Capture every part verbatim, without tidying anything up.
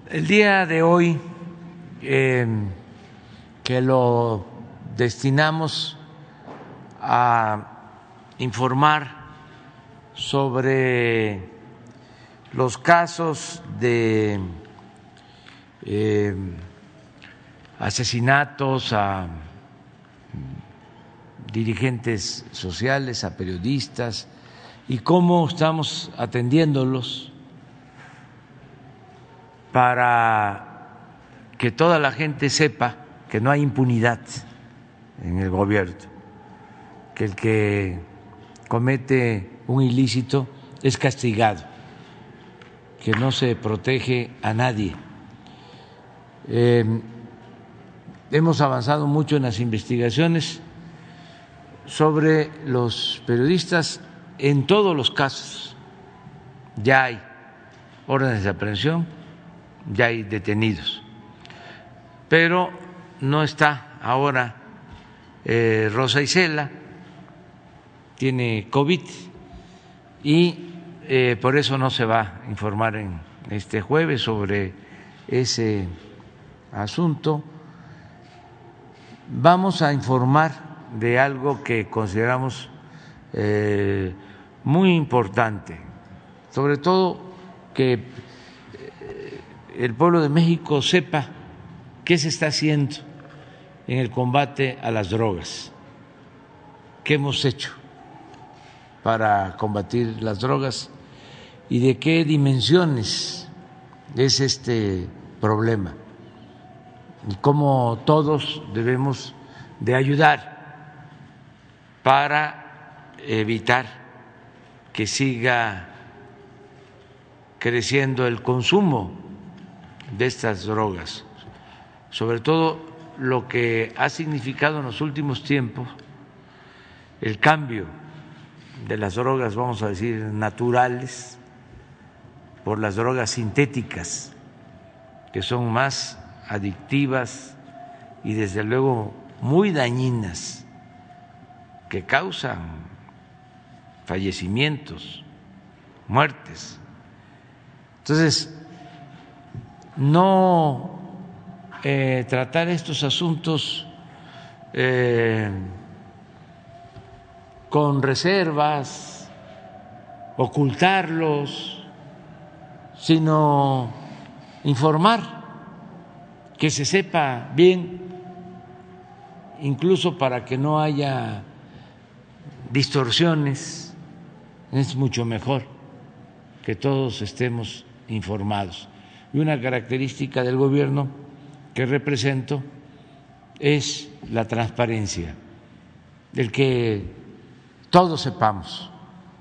El día de hoy, eh, que lo destinamos a informar sobre los casos de eh, asesinatos a dirigentes sociales, a periodistas, y cómo estamos atendiéndolos para que toda la gente sepa que no hay impunidad en el gobierno, que el que comete un ilícito es castigado, que no se protege a nadie. Eh, hemos avanzado mucho en las investigaciones sobre los periodistas en todos los casos. Ya hay órdenes de aprehensión, ya hay detenidos, pero no está ahora eh, Rosa Isela, tiene COVID y eh, por eso no se va a informar en este jueves sobre ese asunto. Vamos a informar de algo que consideramos eh, muy importante, sobre todo que el pueblo de México sepa qué se está haciendo en el combate a las drogas, qué hemos hecho para combatir las drogas y de qué dimensiones es este problema y cómo todos debemos de ayudar para evitar que siga creciendo el consumo de estas drogas, sobre todo lo que ha significado en los últimos tiempos el cambio de las drogas, vamos a decir, naturales, por las drogas sintéticas, que son más adictivas y desde luego muy dañinas, que causan fallecimientos, muertes. Entonces, no eh, tratar estos asuntos eh, con reservas, ocultarlos, sino informar, que se sepa bien, incluso para que no haya distorsiones. Es mucho mejor que todos estemos informados. Y una característica del gobierno que represento es la transparencia, el que todos sepamos,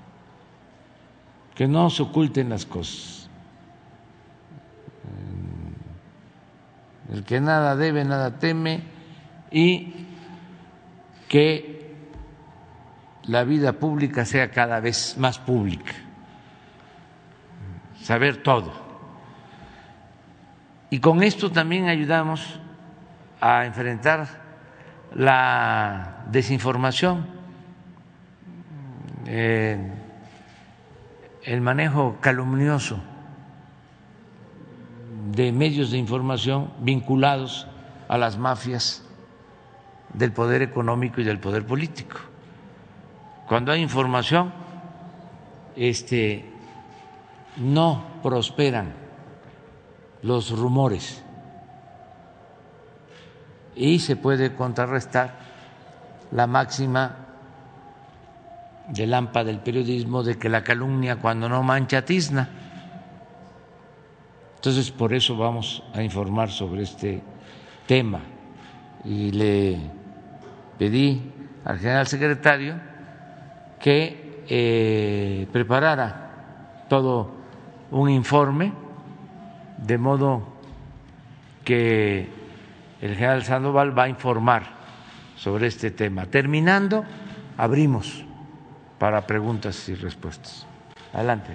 que no se oculten las cosas, el que nada debe, nada teme, y que la vida pública sea cada vez más pública, saber todo. Y con esto también ayudamos a enfrentar la desinformación, eh, el manejo calumnioso de medios de información vinculados a las mafias del poder económico y del poder político. Cuando hay información, este, no prosperan los rumores y se puede contrarrestar la máxima del AMPA del periodismo de que la calumnia cuando no mancha tizna. Entonces, por eso vamos a informar sobre este tema y le pedí al general secretario que eh, preparara todo un informe, de modo que el general Sandoval va a informar sobre este tema. Terminando, abrimos para preguntas y respuestas. Adelante.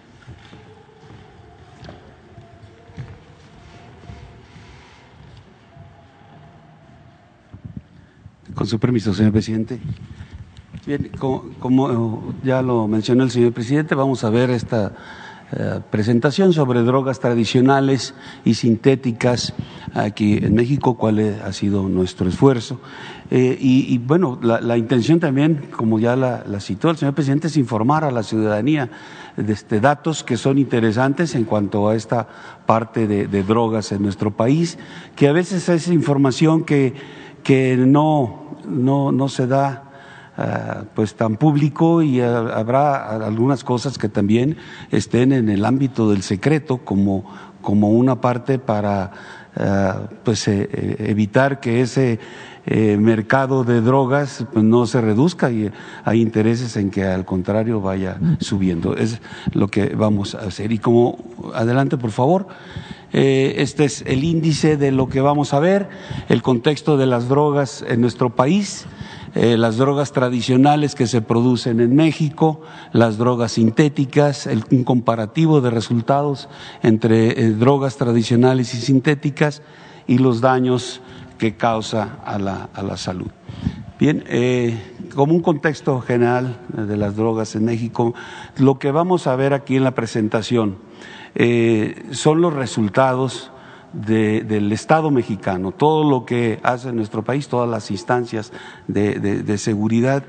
Con su permiso, señor presidente. Bien, como, como ya lo mencionó el señor presidente, vamos a ver esta eh, presentación sobre drogas tradicionales y sintéticas aquí en México, cuál ha sido nuestro esfuerzo. Eh, y, y bueno, la, la intención también, como ya la, la citó el señor presidente, es informar a la ciudadanía de este, datos que son interesantes en cuanto a esta parte de, de drogas en nuestro país, que a veces es información que, que no, no, no se da Uh, pues tan público, y uh, habrá algunas cosas que también estén en el ámbito del secreto como, como una parte para uh, pues eh, evitar que ese eh, mercado de drogas pues, no se reduzca, y hay intereses en que al contrario vaya subiendo. Es lo que vamos a hacer. Y como, adelante por favor. Eh, este es el índice de lo que vamos a ver, el contexto de las drogas en nuestro país. Eh, las drogas tradicionales que se producen en México, las drogas sintéticas, el, un comparativo de resultados entre eh, drogas tradicionales y sintéticas y los daños que causa a la, a la salud. Bien, eh, como un contexto general de las drogas en México, lo que vamos a ver aquí en la presentación eh, son los resultados De, del Estado mexicano, todo lo que hace nuestro país, todas las instancias de, de, de seguridad,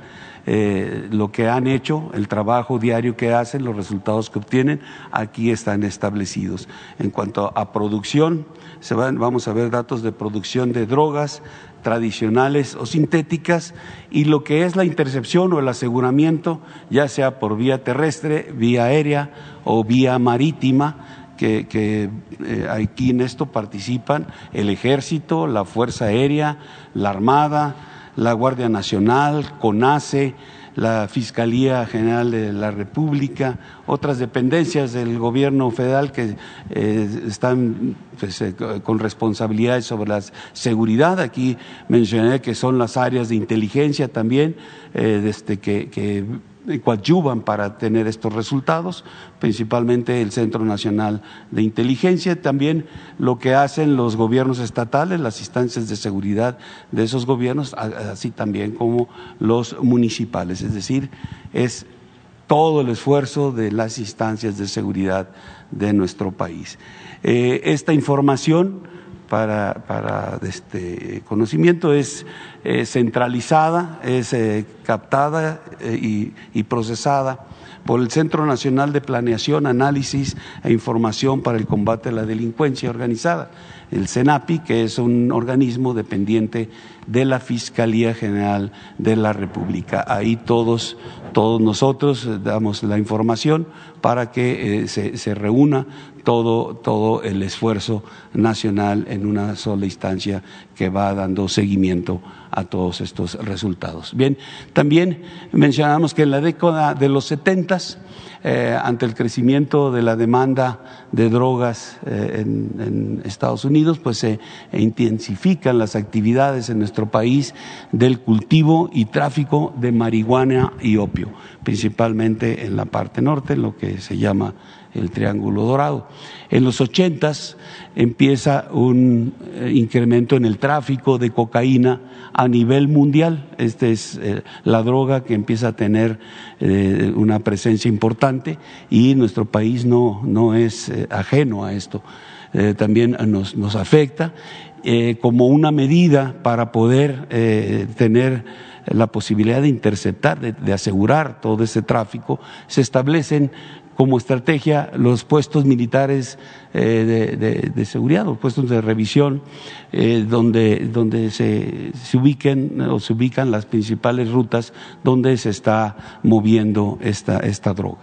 eh, lo que han hecho, el trabajo diario que hacen, los resultados que obtienen, aquí están establecidos. En cuanto a producción, se van, vamos a ver datos de producción de drogas tradicionales o sintéticas, y lo que es la intercepción o el aseguramiento, ya sea por vía terrestre, vía aérea o vía marítima, que, que eh, aquí en esto participan el Ejército, la Fuerza Aérea, la Armada, la Guardia Nacional, CONACE, la Fiscalía General de la República, otras dependencias del gobierno federal que eh, están pues, eh, con responsabilidades sobre la seguridad. Aquí mencioné que son las áreas de inteligencia también, eh, desde que, que coadyuvan para tener estos resultados, principalmente el Centro Nacional de Inteligencia, también lo que hacen los gobiernos estatales, las instancias de seguridad de esos gobiernos, así también como los municipales, es decir, es todo el esfuerzo de las instancias de seguridad de nuestro país. Eh, esta información para, para este conocimiento es eh, centralizada, es eh, captada eh, y, y procesada por el Centro Nacional de Planeación, Análisis e Información para el Combate a la Delincuencia Organizada, el CENAPI, que es un organismo dependiente de la Fiscalía General de la República. Ahí todos, todos nosotros damos la información para que eh, se, se reúna todo, todo el esfuerzo nacional en una sola instancia que va dando seguimiento a todos estos resultados. Bien, también mencionamos que en la década de los setentas, eh, ante el crecimiento de la demanda de drogas eh, en, en Estados Unidos, pues se intensifican las actividades en nuestro país del cultivo y tráfico de marihuana y opio, principalmente en la parte norte, en lo que se llama el Triángulo Dorado. En los ochentas empieza un eh, incremento en el tráfico de cocaína a nivel mundial. Esta es eh, la droga que empieza a tener eh, una presencia importante, y nuestro país no, no es eh, ajeno a esto. Eh, también nos, nos afecta eh, como una medida para poder eh, tener la posibilidad de interceptar, de, de asegurar todo ese tráfico. Se establecen como estrategia los puestos militares eh, de, de, de seguridad, los puestos de revisión, eh, donde, donde se, se ubiquen o se ubican las principales rutas donde se está moviendo esta, esta droga.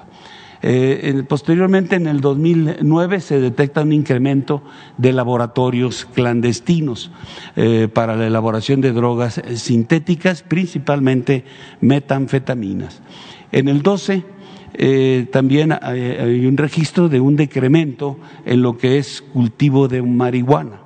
Eh, posteriormente, en el dos mil nueve, se detecta un incremento de laboratorios clandestinos eh, para la elaboración de drogas sintéticas, principalmente metanfetaminas. En el doce, Eh, también hay, hay un registro de un decremento en lo que es cultivo de marihuana.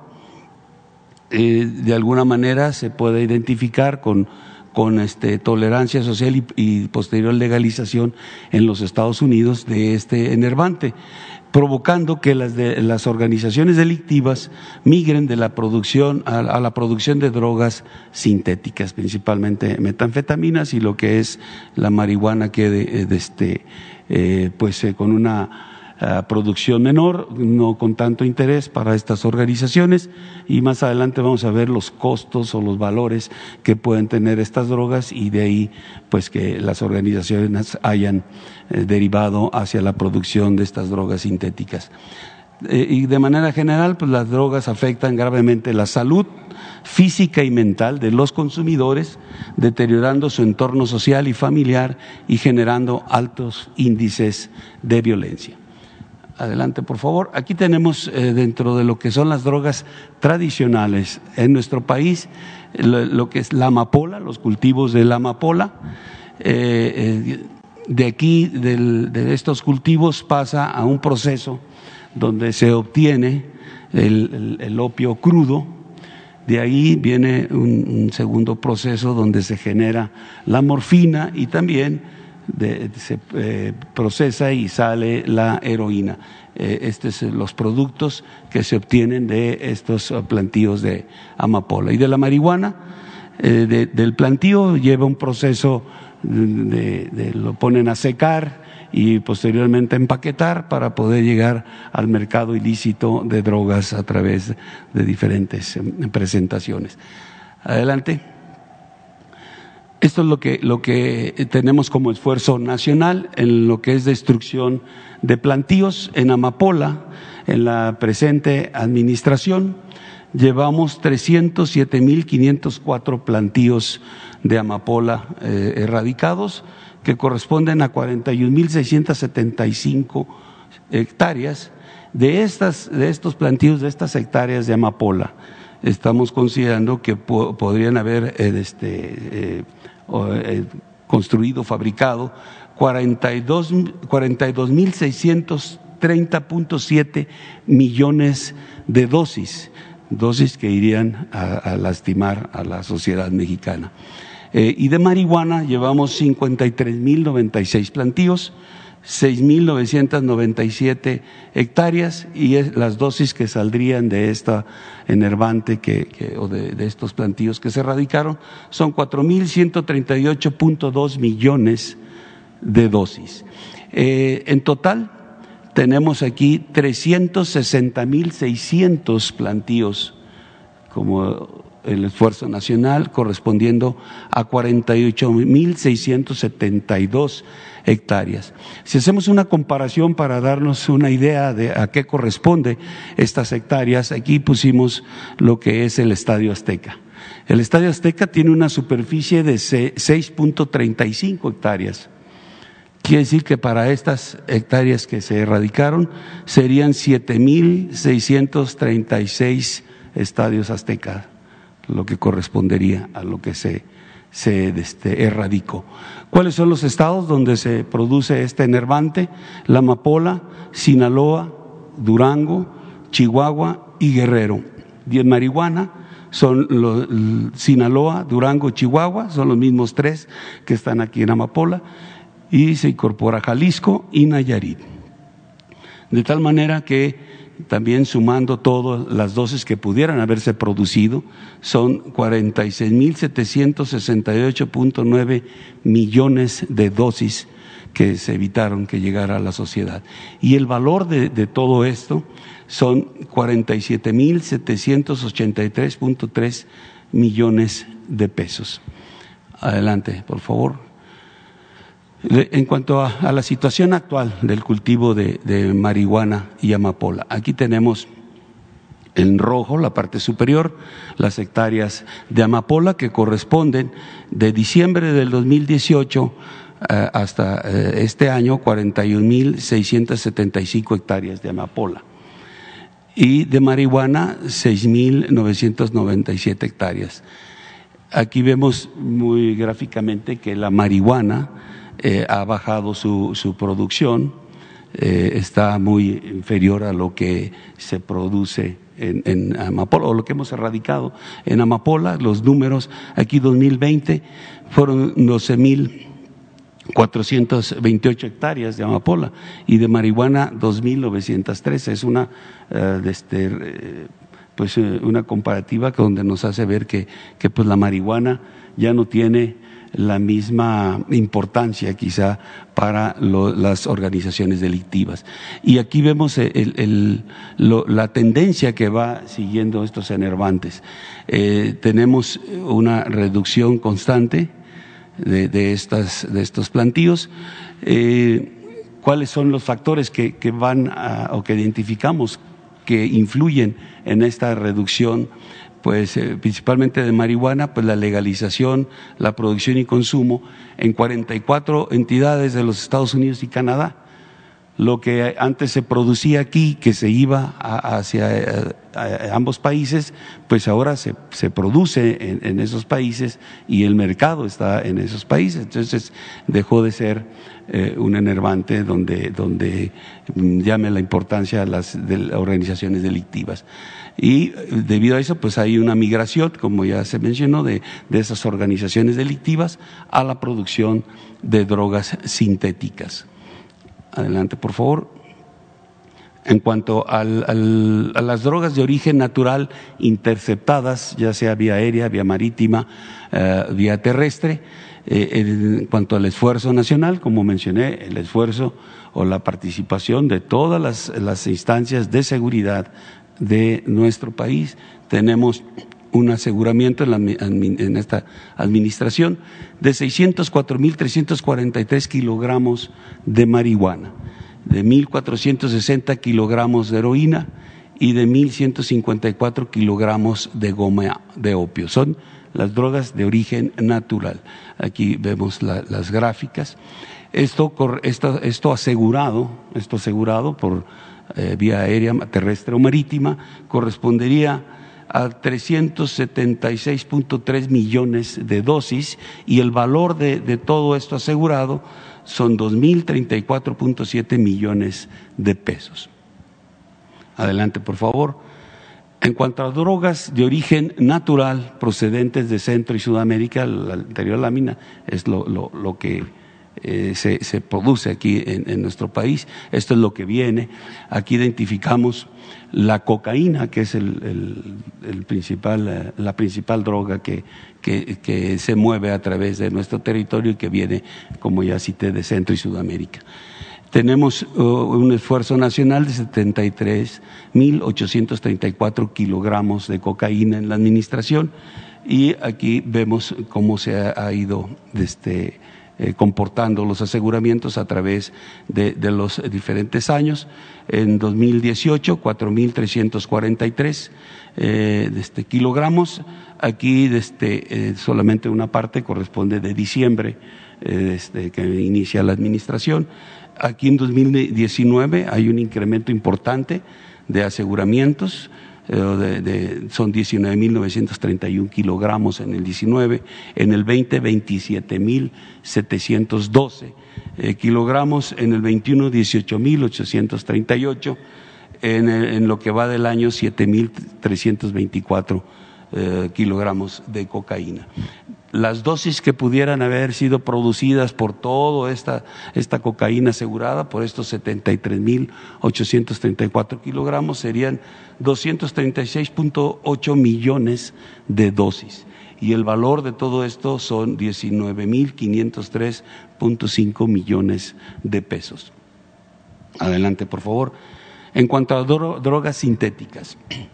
Eh, de alguna manera se puede identificar con, con este, tolerancia social y, y posterior legalización en los Estados Unidos de este enervante, provocando que las, de, las organizaciones delictivas migren de la producción a, a la producción de drogas sintéticas, principalmente metanfetaminas, y lo que es la marihuana quede de este, eh, pues eh, con una uh, producción menor, no con tanto interés para estas organizaciones, y más adelante vamos a ver los costos o los valores que pueden tener estas drogas, y de ahí pues que las organizaciones hayan eh, derivado hacia la producción de estas drogas sintéticas. Eh, y de manera general, pues las drogas afectan gravemente la salud física y mental de los consumidores, deteriorando su entorno social y familiar y generando altos índices de violencia. Adelante, por favor. Aquí tenemos eh, dentro de lo que son las drogas tradicionales en nuestro país, lo, lo que es la amapola, los cultivos de la amapola. Eh, eh, de aquí, del, de estos cultivos, pasa a un proceso donde se obtiene el, el, el opio crudo. De ahí viene un, un segundo proceso donde se genera la morfina, y también de, se eh, procesa y sale la heroína. Eh, estos son los productos que se obtienen de estos plantíos de amapola. Y de la marihuana, eh, de, del plantío lleva un proceso de, de lo ponen a secar y posteriormente empaquetar para poder llegar al mercado ilícito de drogas a través de diferentes presentaciones. Adelante. Esto es lo que, lo que tenemos como esfuerzo nacional en lo que es destrucción de plantíos. En amapola, en la presente administración, llevamos trescientos siete mil quinientos cuatro plantíos de amapola eh, erradicados, que corresponden a cuarenta y un mil seiscientos setenta y cinco hectáreas. De, estas, de estos plantíos, de estas hectáreas de amapola, estamos considerando que po podrían haber eh, este, eh, eh, construido, fabricado cuarenta y dos mil seiscientos treinta punto siete millones de dosis, dosis que irían a, a lastimar a la sociedad mexicana. Eh, y de marihuana llevamos cincuenta y tres mil noventa y seis plantíos, seis mil novecientos noventa y siete hectáreas, y es, las dosis que saldrían de esta enervante que, que, o de, de estos plantíos que se erradicaron son cuatro mil ciento treinta y ocho punto dos millones de dosis. Eh, en total tenemos aquí trescientos sesenta mil seiscientos plantíos como el esfuerzo nacional, correspondiendo a cuarenta y ocho mil seiscientos setenta y dos hectáreas. Si hacemos una comparación para darnos una idea de a qué corresponde estas hectáreas, aquí pusimos lo que es el Estadio Azteca. El Estadio Azteca tiene una superficie de seis punto treinta y cinco hectáreas. Quiere decir que para estas hectáreas que se erradicaron serían siete mil seiscientos treinta y seis estadios aztecas, lo que correspondería a lo que se, se este, erradicó. ¿Cuáles son los estados donde se produce este enervante? La amapola, Sinaloa, Durango, Chihuahua y Guerrero. Y en marihuana son los, Sinaloa, Durango, Chihuahua, son los mismos tres que están aquí en amapola, y se incorpora Jalisco y Nayarit. De tal manera que también sumando todas las dosis que pudieran haberse producido, son cuarenta y seis mil setecientos sesenta y ocho punto nueve millones de dosis que se evitaron que llegara a la sociedad. Y el valor de, de todo esto son cuarenta y siete mil setecientos ochenta y tres punto tres millones de pesos. Adelante, por favor. En cuanto a, a la situación actual del cultivo de, de marihuana y amapola, aquí tenemos en rojo la parte superior, las hectáreas de amapola que corresponden de diciembre del dos mil dieciocho eh, hasta eh, este año, cuarenta y un mil seiscientos setenta y cinco hectáreas de amapola, y de marihuana seis mil novecientos noventa y siete hectáreas. Aquí vemos muy gráficamente que la marihuana Eh, ha bajado su, su producción, eh, está muy inferior a lo que se produce en, en amapola, o lo que hemos erradicado en amapola. Los números aquí dos mil veinte fueron doce mil cuatrocientas veintiocho hectáreas de amapola, y de marihuana dos mil novecientos trece. Es una uh, de este, eh, pues una comparativa donde nos hace ver que, que pues la marihuana ya no tiene la misma importancia quizá para lo, las organizaciones delictivas. Y aquí vemos el, el, lo, la tendencia que va siguiendo estos enervantes. Eh, tenemos una reducción constante de, de, estas, de estos plantíos. Eh, ¿Cuáles son los factores que, que van a, o que identificamos que influyen en esta reducción? Pues eh, principalmente de marihuana, pues la legalización, la producción y consumo en cuarenta y cuatro entidades de los Estados Unidos y Canadá. Lo que antes se producía aquí, que se iba a, hacia a, a ambos países, pues ahora se, se produce en, en esos países y el mercado está en esos países. Entonces dejó de ser eh, un enervante donde, donde llame la importancia a las, de las organizaciones delictivas. Y debido a eso, pues hay una migración, como ya se mencionó, de, de esas organizaciones delictivas a la producción de drogas sintéticas. Adelante, por favor. En cuanto al, al, a las drogas de origen natural interceptadas, ya sea vía aérea, vía marítima, eh, vía terrestre, eh, en cuanto al esfuerzo nacional, como mencioné, el esfuerzo o la participación de todas las, las instancias de seguridad de nuestro país, tenemos un aseguramiento en, la, en esta administración de seiscientos cuatro mil trescientos cuarenta y tres kilogramos de marihuana, de mil cuatrocientos sesenta kilogramos de heroína y de mil ciento cincuenta y cuatro kilogramos de goma de opio. Son las drogas de origen natural. Aquí vemos la, las gráficas. Esto, esto, esto asegurado, esto asegurado por eh, vía aérea, terrestre o marítima, correspondería a trescientos setenta y seis punto tres millones de dosis, y el valor de, de todo esto asegurado son dos mil treinta y cuatro punto siete millones de pesos. Adelante, por favor. En cuanto a drogas de origen natural procedentes de Centro y Sudamérica, la anterior lámina es lo, lo, lo que eh, se, se produce aquí en, en nuestro país. Esto es lo que viene. Aquí identificamos la cocaína, que es el, el, el principal, la principal droga que, que, que se mueve a través de nuestro territorio y que viene, como ya cité, de Centro y Sudamérica. Tenemos uh, un esfuerzo nacional de setenta y tres mil ochocientos treinta y cuatro kilogramos de cocaína en la administración, y aquí vemos cómo se ha, ha ido este, eh, comportando los aseguramientos a través de, de los diferentes años. En dos mil dieciocho, cuatro mil trescientos cuarenta y tres eh, este, kilogramos. Aquí este, eh, solamente una parte corresponde de diciembre, eh, este, que inicia la administración. Aquí en dos mil diecinueve hay un incremento importante de aseguramientos, eh, de, de, son diecinueve mil novecientos treinta y un kilogramos en el diecinueve, en el veinte, veintisiete mil setecientos doce eh, kilogramos, en el veintiuno, dieciocho mil ochocientos treinta y ocho, en, el, en lo que va del año, siete mil trescientos veinticuatro eh, kilogramos de cocaína. Las dosis que pudieran haber sido producidas por toda esta, esta cocaína asegurada, por estos setenta y tres mil ochocientos treinta y cuatro kilogramos, serían doscientos treinta y seis punto ocho millones de dosis. Y el valor de todo esto son diecinueve mil quinientos tres punto cinco millones de pesos. Adelante, por favor. En cuanto a dro- drogas sintéticas.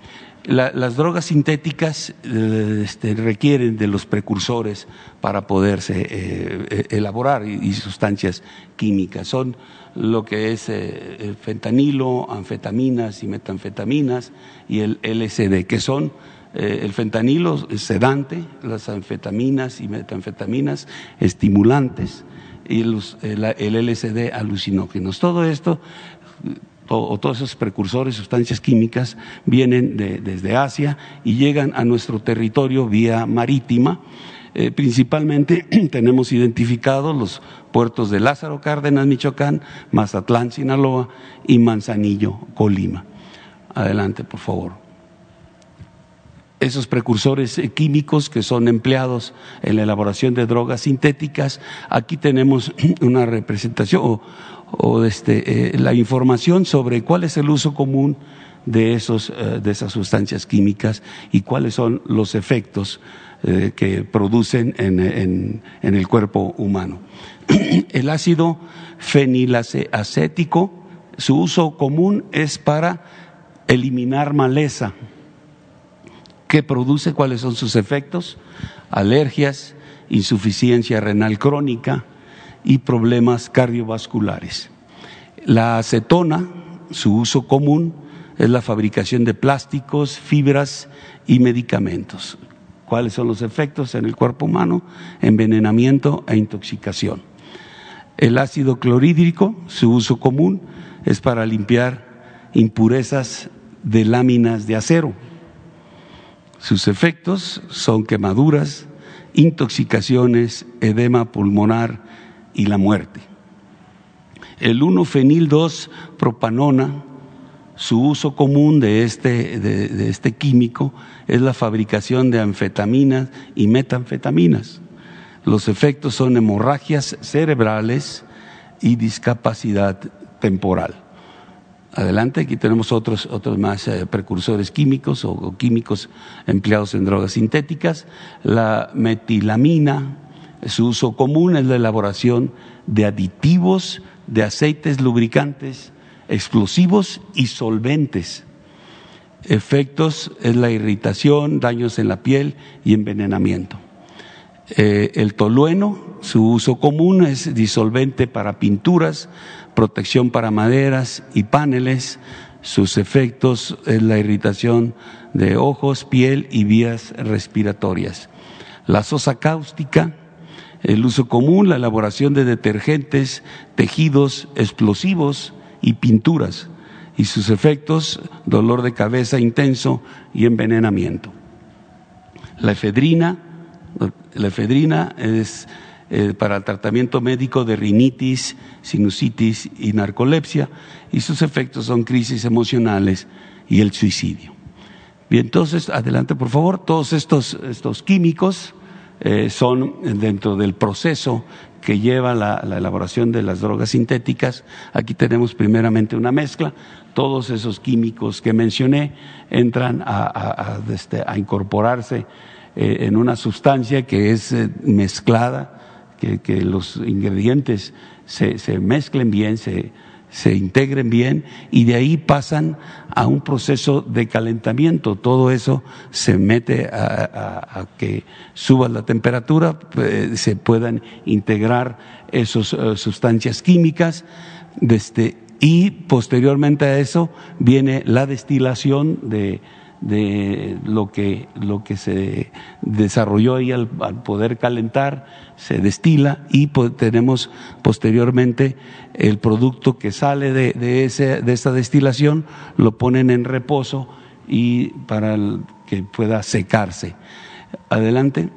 La, las drogas sintéticas eh, este, requieren de los precursores para poderse eh, elaborar y, y sustancias químicas. Son lo que es eh, el fentanilo, anfetaminas y metanfetaminas, y el L S D, que son eh, el fentanilo sedante, las anfetaminas y metanfetaminas estimulantes, y los, el, el L S D alucinógenos. Todo esto o todos esos precursores, sustancias químicas, vienen de, desde Asia y llegan a nuestro territorio vía marítima. Eh, principalmente tenemos identificados los puertos de Lázaro Cárdenas, Michoacán, Mazatlán, Sinaloa, y Manzanillo, Colima. Adelante, por favor. Esos precursores químicos que son empleados en la elaboración de drogas sintéticas, aquí tenemos una representación o, o este, eh, la información sobre cuál es el uso común de, esos, de esas sustancias químicas y cuáles son los efectos eh, que producen en, en, en el cuerpo humano. El ácido fenilacético, su uso común es para eliminar maleza. ¿Qué produce? ¿Cuáles son sus efectos? Alergias, insuficiencia renal crónica y problemas cardiovasculares. La acetona, su uso común es la fabricación de plásticos, fibras y medicamentos. ¿Cuáles son los efectos en el cuerpo humano? Envenenamiento e intoxicación. El ácido clorhídrico, su uso común es para limpiar impurezas de láminas de acero. Sus efectos son quemaduras, intoxicaciones, edema pulmonar y la muerte. El uno fenil dos propanona, su uso común de este, de, de este químico es la fabricación de anfetaminas y metanfetaminas. Los efectos son hemorragias cerebrales y discapacidad temporal. Adelante, aquí tenemos otros, otros más eh, precursores químicos o, o químicos empleados en drogas sintéticas. La metilamina, su uso común es la elaboración de aditivos, de aceites lubricantes, explosivos y solventes. Efectos es la irritación, daños en la piel y envenenamiento. Eh, el tolueno, su uso común es disolvente para pinturas, protección para maderas y paneles. Sus efectos es la irritación de ojos, piel y vías respiratorias. La sosa cáustica, el uso común, la elaboración de detergentes, tejidos, explosivos y pinturas. Y sus efectos, dolor de cabeza intenso y envenenamiento. La efedrina, la efedrina es eh, para el tratamiento médico de rinitis, sinusitis y narcolepsia, y sus efectos son crisis emocionales y el suicidio. Bien, entonces, adelante por favor. Todos estos, estos químicos eh, son dentro del proceso que lleva la, la elaboración de las drogas sintéticas. Aquí tenemos primeramente una mezcla. Todos esos químicos que mencioné entran a, a, a, este, a incorporarse eh, en una sustancia que es eh, mezclada, que, que los ingredientes se, se mezclen bien, se, se integren bien y de ahí pasan a un proceso de calentamiento. Todo eso se mete a, a, a que suba la temperatura, pues, se puedan integrar esas uh, sustancias químicas desde, y posteriormente a eso viene la destilación de, de lo que, lo que se desarrolló ahí al, al poder calentar, se destila y pues, tenemos posteriormente el producto que sale de, de, ese, de esa destilación, lo ponen en reposo y para el, que pueda secarse. Adelante.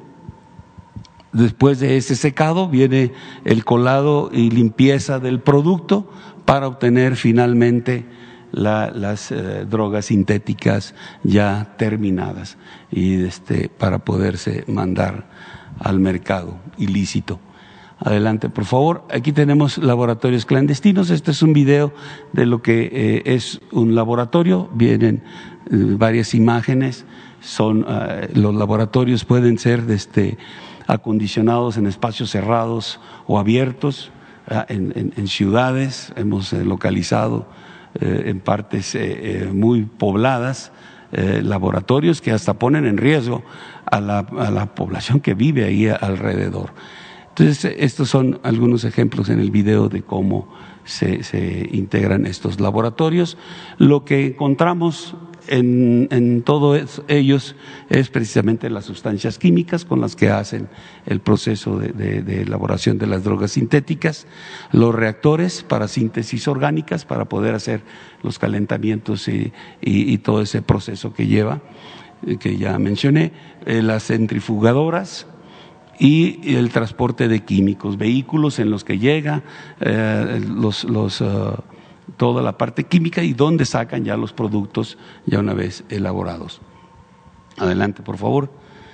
Después de ese secado viene el colado y limpieza del producto para obtener finalmente la, las eh, drogas sintéticas ya terminadas y este, para poderse mandar al mercado ilícito. Adelante, por favor. Aquí tenemos laboratorios clandestinos. Este es un video de lo que eh, es un laboratorio. Vienen eh, varias imágenes. Son eh, los laboratorios pueden ser este, acondicionados en espacios cerrados o abiertos, eh, en, en, en ciudades. Hemos eh, localizado eh, en partes eh, eh, muy pobladas eh, laboratorios que hasta ponen en riesgo a la, a la población que vive ahí alrededor. Entonces, estos son algunos ejemplos en el video de cómo se, se integran estos laboratorios. Lo que encontramos en, en todos ellos es precisamente las sustancias químicas con las que hacen el proceso de, de, de elaboración de las drogas sintéticas, los reactores para síntesis orgánicas, para poder hacer los calentamientos y, y, y todo ese proceso que lleva, que ya mencioné, eh, las centrifugadoras y el transporte de químicos, vehículos en los que llega eh, los, los, uh, toda la parte química y donde sacan ya los productos ya una vez elaborados. Adelante, por favor.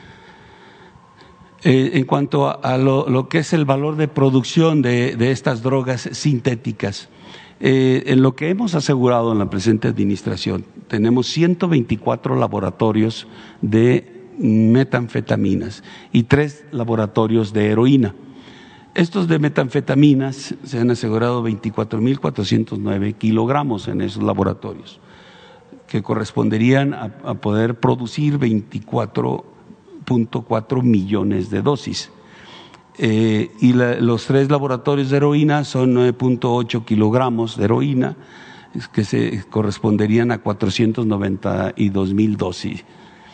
Eh, en cuanto a, a lo, lo que es el valor de producción de, de estas drogas sintéticas, Eh, en lo que hemos asegurado en la presente administración, tenemos ciento veinticuatro laboratorios de metanfetaminas y tres laboratorios de heroína. Estos de metanfetaminas se han asegurado veinticuatro mil cuatrocientos nueve kilogramos en esos laboratorios, que corresponderían a, a poder producir veinticuatro punto cuatro millones de dosis. Eh, y la, los tres laboratorios de heroína son nueve punto ocho kilogramos de heroína, que se corresponderían a cuatrocientos noventa y dos mil dosis.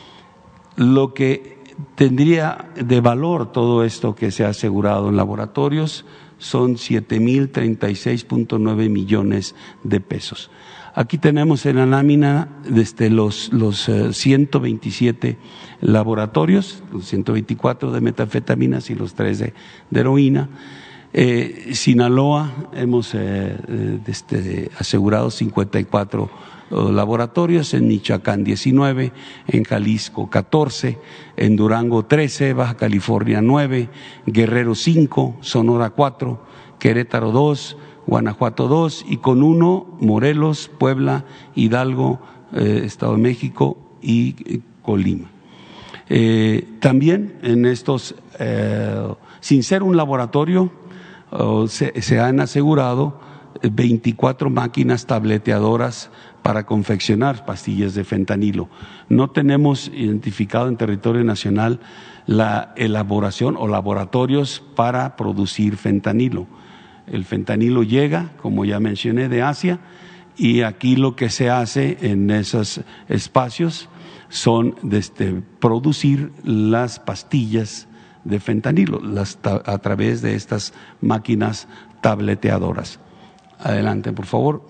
Lo que tendría de valor todo esto que se ha asegurado en laboratorios son siete mil treinta y seis punto nueve millones de pesos. Aquí tenemos en la lámina desde los, los uh, ciento veintisiete laboratorios, los ciento veinticuatro de metanfetaminas y los tres de, de heroína. Eh, Sinaloa hemos eh, este, asegurado cincuenta y cuatro uh, laboratorios, en Michoacán diecinueve, en Jalisco catorce, en Durango trece, Baja California nueve, Guerrero cinco, Sonora cuatro, Querétaro dos, Guanajuato dos y con uno Morelos, Puebla, Hidalgo, eh, Estado de México y eh, Colima. Eh, también en estos, eh, sin ser un laboratorio, oh, se, se han asegurado veinticuatro máquinas tableteadoras para confeccionar pastillas de fentanilo. No tenemos identificado en territorio nacional la elaboración o laboratorios para producir fentanilo. El fentanilo llega, como ya mencioné, de Asia, y aquí lo que se hace en esos espacios son desde producir las pastillas de fentanilo las, a través de estas máquinas tableteadoras. Adelante, por favor.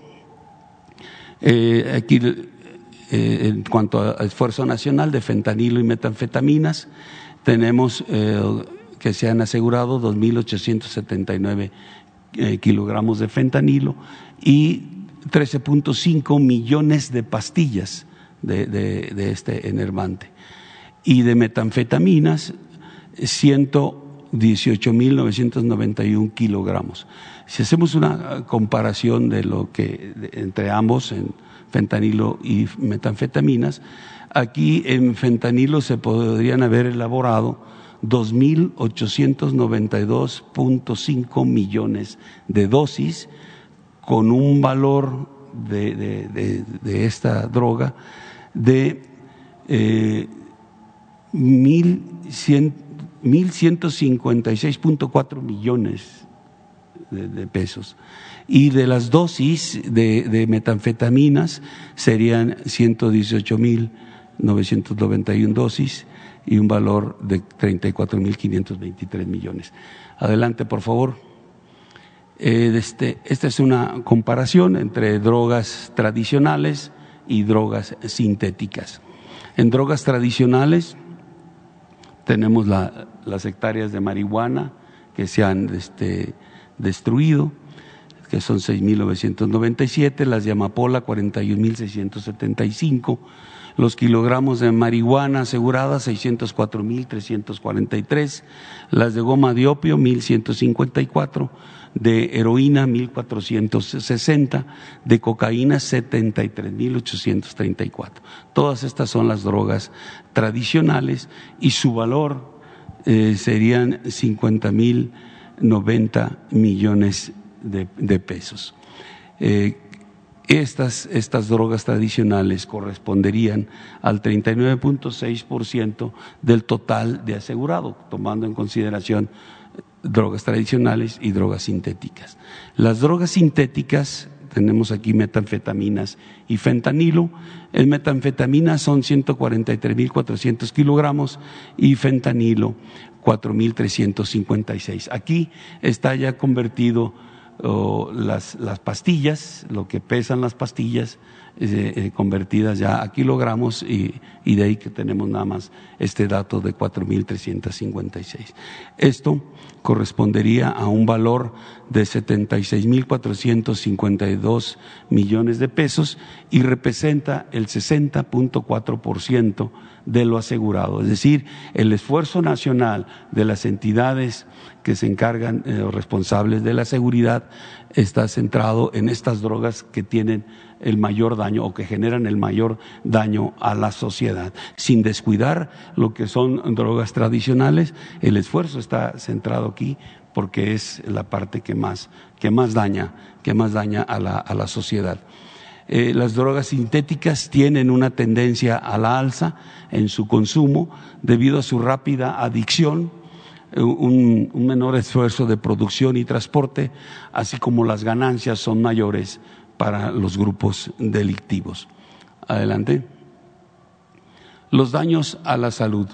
Eh, aquí, eh, en cuanto a esfuerzo nacional de fentanilo y metanfetaminas, tenemos eh, que se han asegurado dos mil ochocientos setenta y nueve Eh, kilogramos de fentanilo y trece punto cinco millones de pastillas de, de, de este enervante. Y de metanfetaminas, ciento dieciocho mil novecientos noventa y uno kilogramos. Si hacemos una comparación de lo que de, entre ambos, en fentanilo y metanfetaminas, aquí en fentanilo se podrían haber elaborado dos mil ochocientos noventa y dos punto cinco millones de dosis, con un valor de, de, de, de esta droga de eh, mil ciento cincuenta y seis punto cuatro millones de, de pesos. Y de las dosis de, de metanfetaminas serían ciento dieciocho mil novecientos noventa y una dosis y un valor de treinta y cuatro mil quinientos veintitrés millones. Adelante, por favor. Eh, este, esta es una comparación entre drogas tradicionales y drogas sintéticas. En drogas tradicionales tenemos la, las hectáreas de marihuana que se han este, destruido, que son seis mil novecientos noventa y siete, las de amapola cuarenta y un mil seiscientos setenta y cinco, los kilogramos de marihuana asegurada seiscientos cuatro mil trescientos cuarenta y tres, las de goma de opio mil ciento cincuenta y cuatro, de heroína mil cuatrocientos sesenta, de cocaína setenta y tres mil ochocientos treinta y cuatro. Todas estas son las drogas tradicionales y su valor eh, serían cincuenta mil noventa millones de, de pesos. Eh, Estas, estas drogas tradicionales corresponderían al treinta y nueve punto seis por ciento del total de asegurado, tomando en consideración drogas tradicionales y drogas sintéticas. Las drogas sintéticas, tenemos aquí metanfetaminas y fentanilo. En metanfetamina son ciento cuarenta y tres mil cuatrocientos kilogramos y fentanilo cuatro mil trescientos cincuenta y seis. Aquí está ya convertido o las, las pastillas, lo que pesan las pastillas eh, eh, convertidas ya a kilogramos y, y de ahí que tenemos nada más este dato de cuatro mil trescientos cincuenta y seis. Esto correspondería a un valor de setenta y seis mil cuatrocientos cincuenta y dos millones de pesos y representa el sesenta punto cuatro por ciento de lo asegurado. Es decir, el esfuerzo nacional de las entidades que se encargan eh, o responsables de la seguridad está centrado en estas drogas que tienen el mayor daño o que generan el mayor daño a la sociedad. Sin descuidar lo que son drogas tradicionales, el esfuerzo está centrado aquí porque es la parte que más, que más daña, que más daña a la, a la sociedad. Eh, las drogas sintéticas tienen una tendencia a la alza en su consumo debido a su rápida adicción, un, un menor esfuerzo de producción y transporte, así como las ganancias son mayores para los grupos delictivos. Adelante. Los daños a la salud.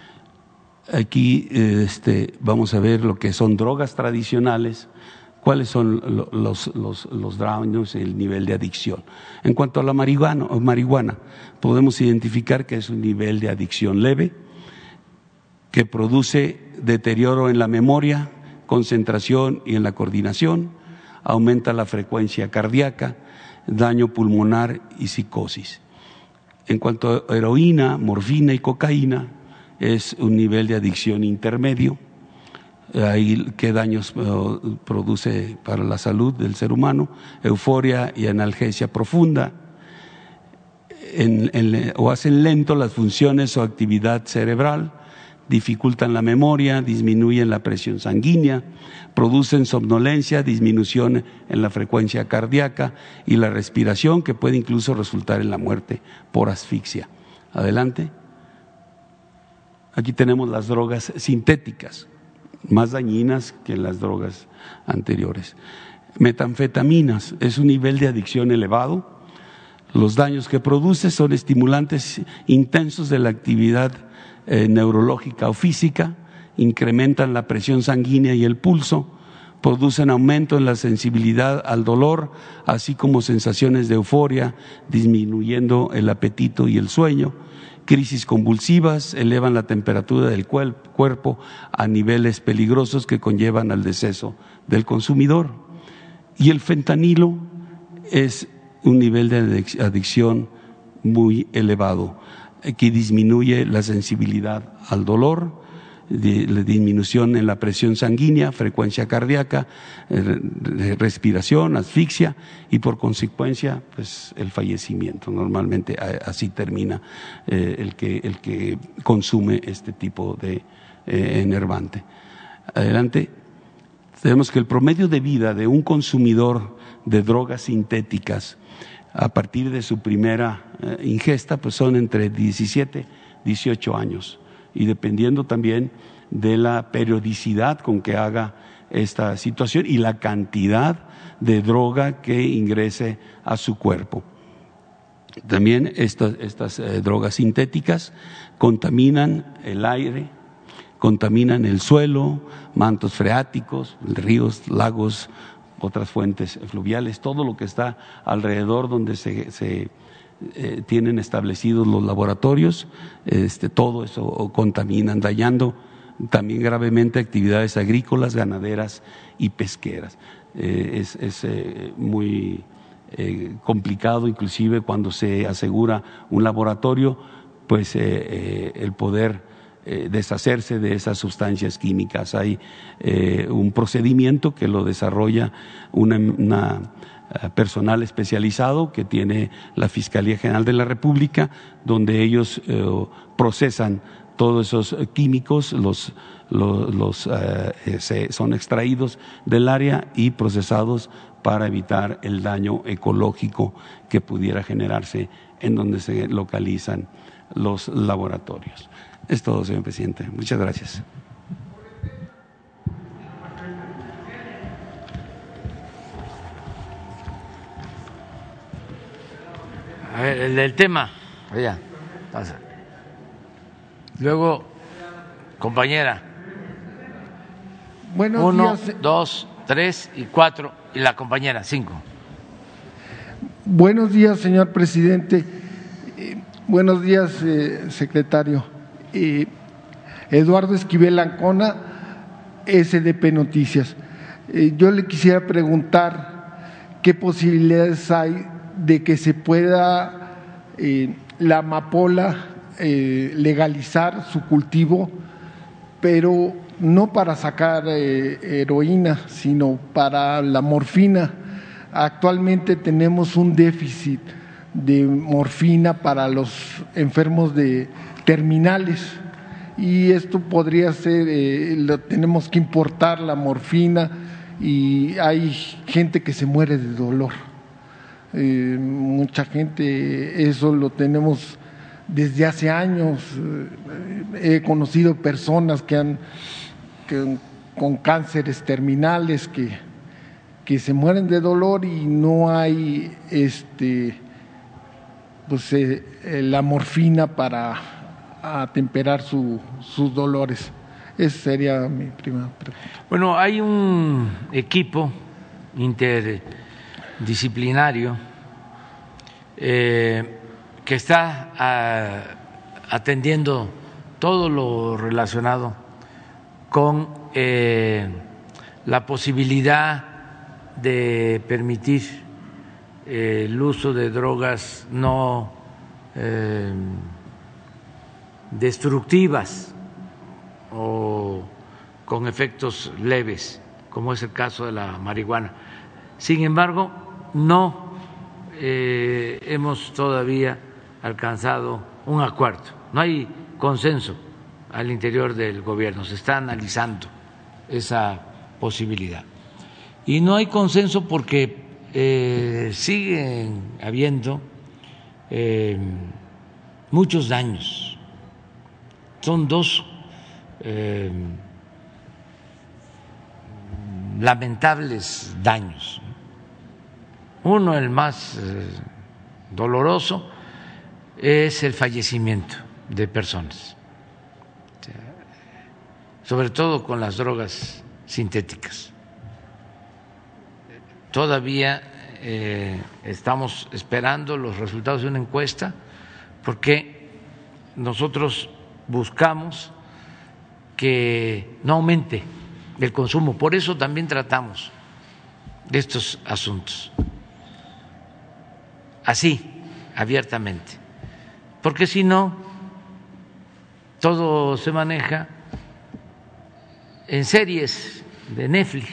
Aquí este, vamos a ver lo que son drogas tradicionales, cuáles son los, los, los daños, el nivel de adicción. En cuanto a la marihuana, marihuana, podemos identificar que es un nivel de adicción leve, que produce deterioro en la memoria, concentración y en la coordinación, aumenta la frecuencia cardíaca, daño pulmonar y psicosis. En cuanto a heroína, morfina y cocaína, es un nivel de adicción intermedio. Ahí, ¿qué daños uh, produce para la salud del ser humano? Euforia y analgesia profunda, en, en, o hacen lento las funciones o actividad cerebral, dificultan la memoria, disminuyen la presión sanguínea, producen somnolencia, disminución en la frecuencia cardíaca y la respiración, que puede incluso resultar en la muerte por asfixia. Adelante. Aquí tenemos las drogas sintéticas, más dañinas que las drogas anteriores. Metanfetaminas, es un nivel de adicción elevado. Los daños que produce son estimulantes intensos de la actividad eh, neurológica o física, incrementan la presión sanguínea y el pulso, producen aumento en la sensibilidad al dolor, así como sensaciones de euforia, disminuyendo el apetito y el sueño. Crisis convulsivas, elevan la temperatura del cuerpo a niveles peligrosos que conllevan al deceso del consumidor. Y el fentanilo es un nivel de adicción muy elevado, que disminuye la sensibilidad al dolor, la disminución en la presión sanguínea, frecuencia cardíaca, respiración, asfixia y por consecuencia pues el fallecimiento. Normalmente así termina eh, el que el que consume este tipo de eh, enervante. Adelante. Sabemos que el promedio de vida de un consumidor de drogas sintéticas a partir de su primera eh, ingesta pues son entre diecisiete y dieciocho años. Y dependiendo también de la periodicidad con que haga esta situación y la cantidad de droga que ingrese a su cuerpo. También estas, estas eh, drogas sintéticas contaminan el aire, contaminan el suelo, mantos freáticos, ríos, lagos, otras fuentes fluviales, todo lo que está alrededor donde se, se Eh, tienen establecidos los laboratorios, este, todo eso contaminan, dañando también gravemente actividades agrícolas, ganaderas y pesqueras. Eh, es es eh, muy eh, complicado, inclusive cuando se asegura un laboratorio, pues eh, eh, el poder eh, deshacerse de esas sustancias químicas. Hay eh, un procedimiento que lo desarrolla una, una personal especializado que tiene la Fiscalía General de la República, donde ellos eh, procesan todos esos químicos, los, los, los eh, se, son extraídos del área y procesados para evitar el daño ecológico que pudiera generarse en donde se localizan los laboratorios. Es todo, señor presidente. Muchas gracias. A ver, el del tema. Allá, pasa. Luego, compañera. Buenos Uno, días. dos, tres y cuatro. Y la compañera, cinco. Buenos días, señor presidente. Eh, buenos días, eh, secretario. Eh, Eduardo Esquivel Ancona, S D P Noticias. Eh, yo le quisiera preguntar qué posibilidades hay de que se pueda eh, la amapola eh, legalizar su cultivo, pero no para sacar eh, heroína, sino para la morfina. Actualmente tenemos un déficit de morfina para los enfermos de terminales y esto podría ser, eh, lo, tenemos que importar la morfina y hay gente que se muere de dolor. Eh, mucha gente, eso lo tenemos desde hace años. Eh, he conocido personas que han que, con cánceres terminales que, que se mueren de dolor y no hay este pues eh, la morfina para atemperar su, sus dolores. Esa sería mi primera pregunta. Bueno, hay un equipo interdisciplinario eh, que está a, atendiendo todo lo relacionado con eh, la posibilidad de permitir eh, el uso de drogas no eh, destructivas o con efectos leves, como es el caso de la marihuana. Sin embargo, no eh, hemos todavía alcanzado un acuerdo, no hay consenso al interior del gobierno, se está analizando esa posibilidad. Y no hay consenso porque eh, siguen habiendo eh, muchos daños. Son dos eh, lamentables daños. Uno, el más eh, doloroso, es el fallecimiento de personas, sobre todo con las drogas sintéticas. Todavía eh, estamos esperando los resultados de una encuesta porque nosotros buscamos que no aumente el consumo, por eso también tratamos de estos asuntos así, abiertamente, porque si no, todo se maneja en series de Netflix,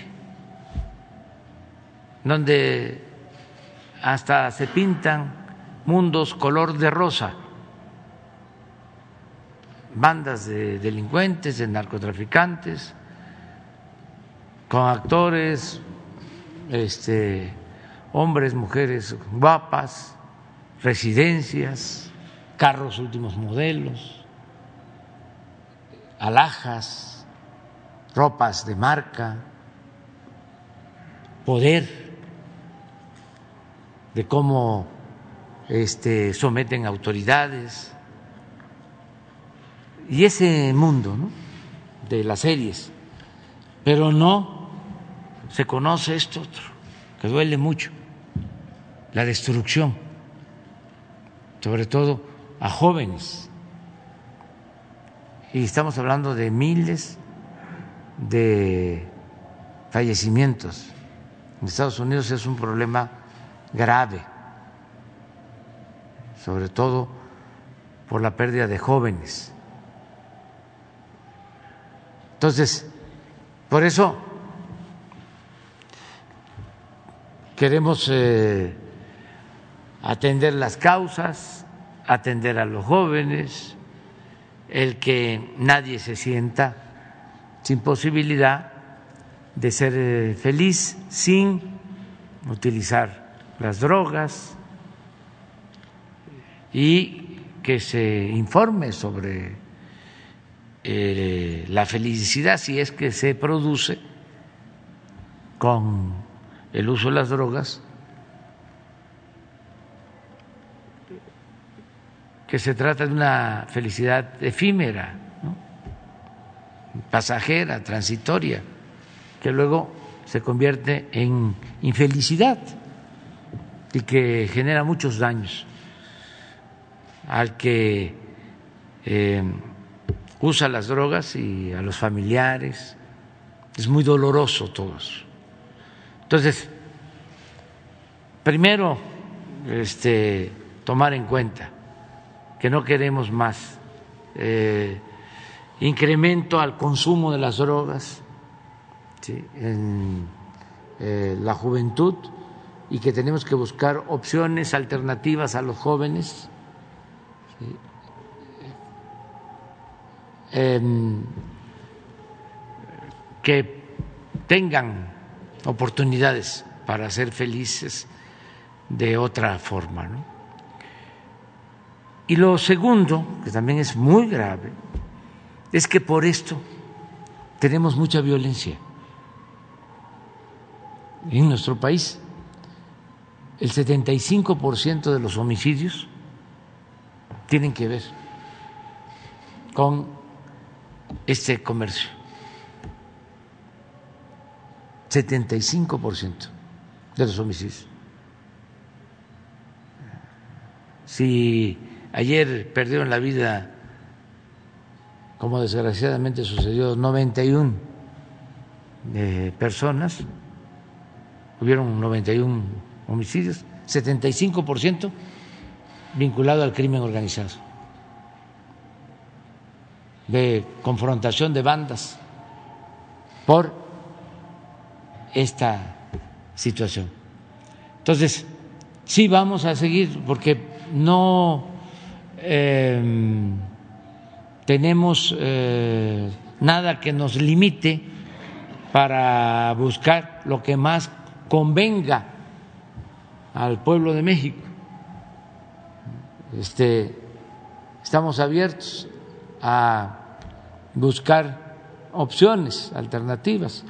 donde hasta se pintan mundos color de rosa, bandas de delincuentes, de narcotraficantes, con actores, este, hombres, mujeres guapas, residencias, carros últimos modelos, alhajas, ropas de marca, poder, de cómo este, someten autoridades. Y ese mundo, ¿no?, de las series, pero no se conoce esto otro, que duele mucho, la destrucción, sobre todo a jóvenes. Y estamos hablando de miles de fallecimientos. En Estados Unidos es un problema grave, sobre todo por la pérdida de jóvenes. Entonces, por eso queremos eh, atender las causas, atender a los jóvenes, el que nadie se sienta sin posibilidad de ser feliz sin utilizar las drogas y que se informe sobre eh, la felicidad si es que se produce con el uso de las drogas, que se trata de una felicidad efímera, ¿no?, pasajera, transitoria, que luego se convierte en infelicidad. y que genera muchos daños al que eh, usa las drogas y a los familiares. Es muy doloroso todo eso. Entonces, primero, este, tomar en cuenta que no queremos más eh, incremento al consumo de las drogas, ¿sí?, en eh, la juventud, y que tenemos que buscar opciones alternativas a los jóvenes, ¿sí?, eh, que tengan oportunidades para ser felices de otra forma, ¿no? Y lo segundo, que también es muy grave, es que por esto tenemos mucha violencia en nuestro país. El setenta y cinco por ciento de los homicidios tienen que ver con este comercio. setenta y cinco por ciento de los homicidios. Si ayer perdieron la vida, como desgraciadamente sucedió, noventa y una eh, personas, hubieron noventa y uno homicidios, setenta y cinco por ciento vinculado al crimen organizado, de confrontación de bandas por esta situación. Entonces, sí vamos a seguir, porque no eh, tenemos eh, nada que nos limite para buscar lo que más convenga al pueblo de México. Este, estamos abiertos a buscar opciones alternativas,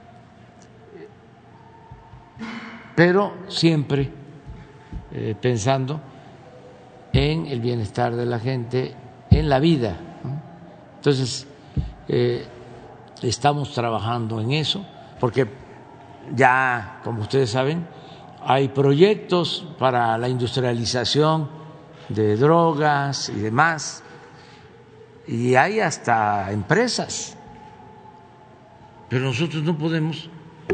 pero siempre eh, pensando en el bienestar de la gente, en la vida, ¿no? Entonces, eh, estamos trabajando en eso, porque ya, como ustedes saben, hay proyectos para la industrialización de drogas y demás, y hay hasta empresas, pero nosotros no podemos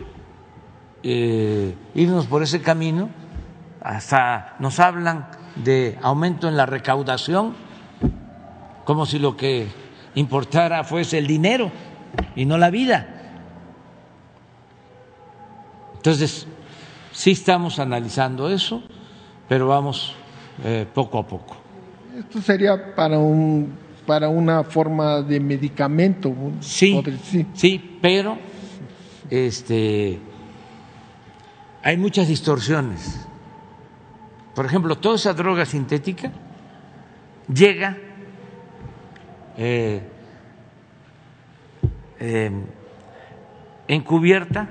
eh, irnos por ese camino. Hasta nos hablan de aumento en la recaudación, como si lo que importara fuese el dinero y no la vida. Entonces, sí estamos analizando eso, pero vamos eh, poco a poco. Esto sería para un para una forma de medicamento. Sí, sí, sí, pero este, hay muchas distorsiones. Por ejemplo, toda esa droga sintética llega eh, eh, encubierta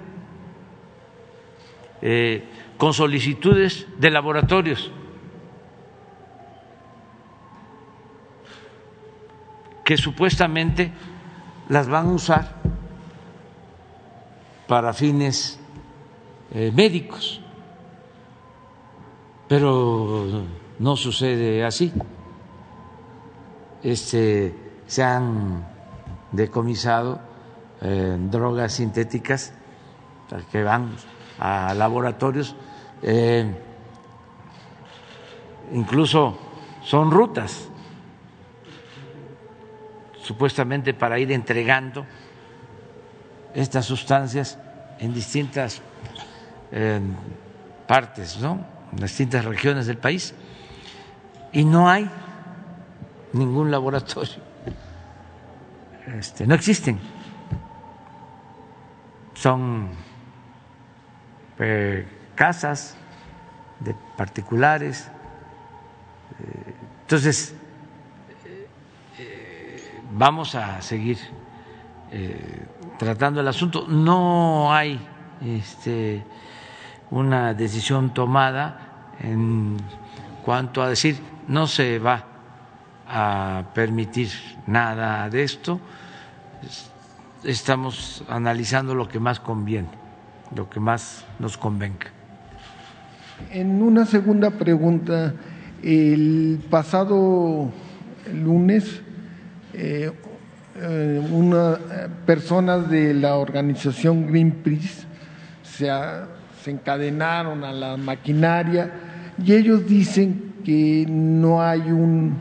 eh, con solicitudes de laboratorios que supuestamente las van a usar para fines eh, médicos. Pero no sucede así. Este, se han decomisado eh, drogas sintéticas que van a laboratorios, eh, incluso son rutas supuestamente para ir entregando estas sustancias en distintas eh, partes, ¿no?, en distintas regiones del país, y no hay ningún laboratorio, este, no existen, son eh, casas de particulares. Eh, entonces, eh, vamos a seguir eh, tratando el asunto. No hay este, una decisión tomada en cuanto a decir no se va a permitir nada de esto. Estamos analizando lo que más conviene, lo que más nos convenga. En una segunda pregunta, el pasado lunes, eh, eh, unas personas de la organización Greenpeace se, a, se encadenaron a la maquinaria y ellos dicen que no hay un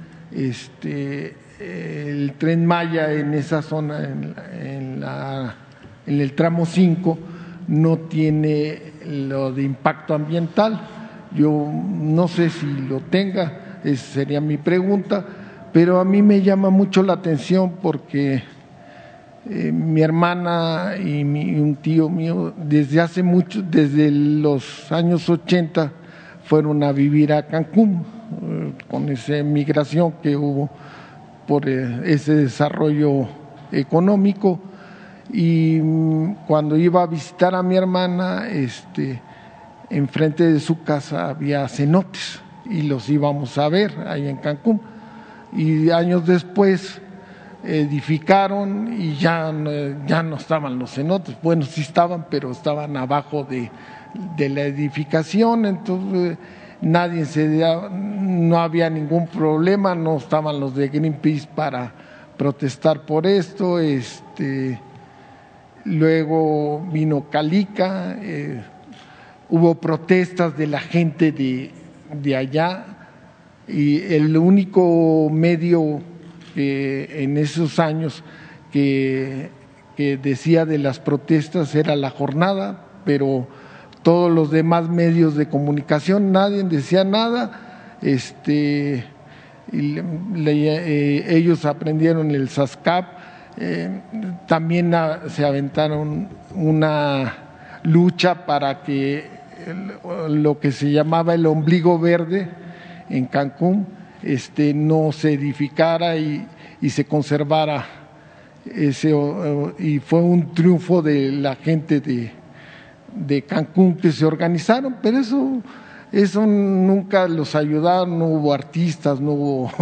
este el Tren Maya en esa zona, en, en, la, en el tramo cinco, no tiene lo de impacto ambiental. Yo no sé si lo tenga, esa sería mi pregunta, pero a mí me llama mucho la atención porque eh, mi hermana y, mi, y un tío mío desde hace mucho, desde los años ochenta, fueron a vivir a Cancún eh, con esa migración que hubo por ese desarrollo económico, y cuando iba a visitar a mi hermana, este, enfrente de su casa había cenotes y los íbamos a ver ahí en Cancún, y años después edificaron y ya, ya no estaban los cenotes, bueno sí estaban, pero estaban abajo de, de la edificación, entonces nadie se da, no había ningún problema, no estaban los de Greenpeace para protestar por esto. Este, luego vino Calica, eh, hubo protestas de la gente de, de allá, y el único medio que en esos años que, que decía de las protestas era La Jornada, pero todos los demás medios de comunicación, nadie decía nada. Este, y le, eh, ellos aprendieron el SASCAP, eh, también a, se aventaron una lucha para que el, lo que se llamaba el ombligo verde en Cancún este, no se edificara y, y se conservara ese, y fue un triunfo de la gente de de Cancún que se organizaron, pero eso, eso nunca los ayudaron, no hubo artistas, no hubo,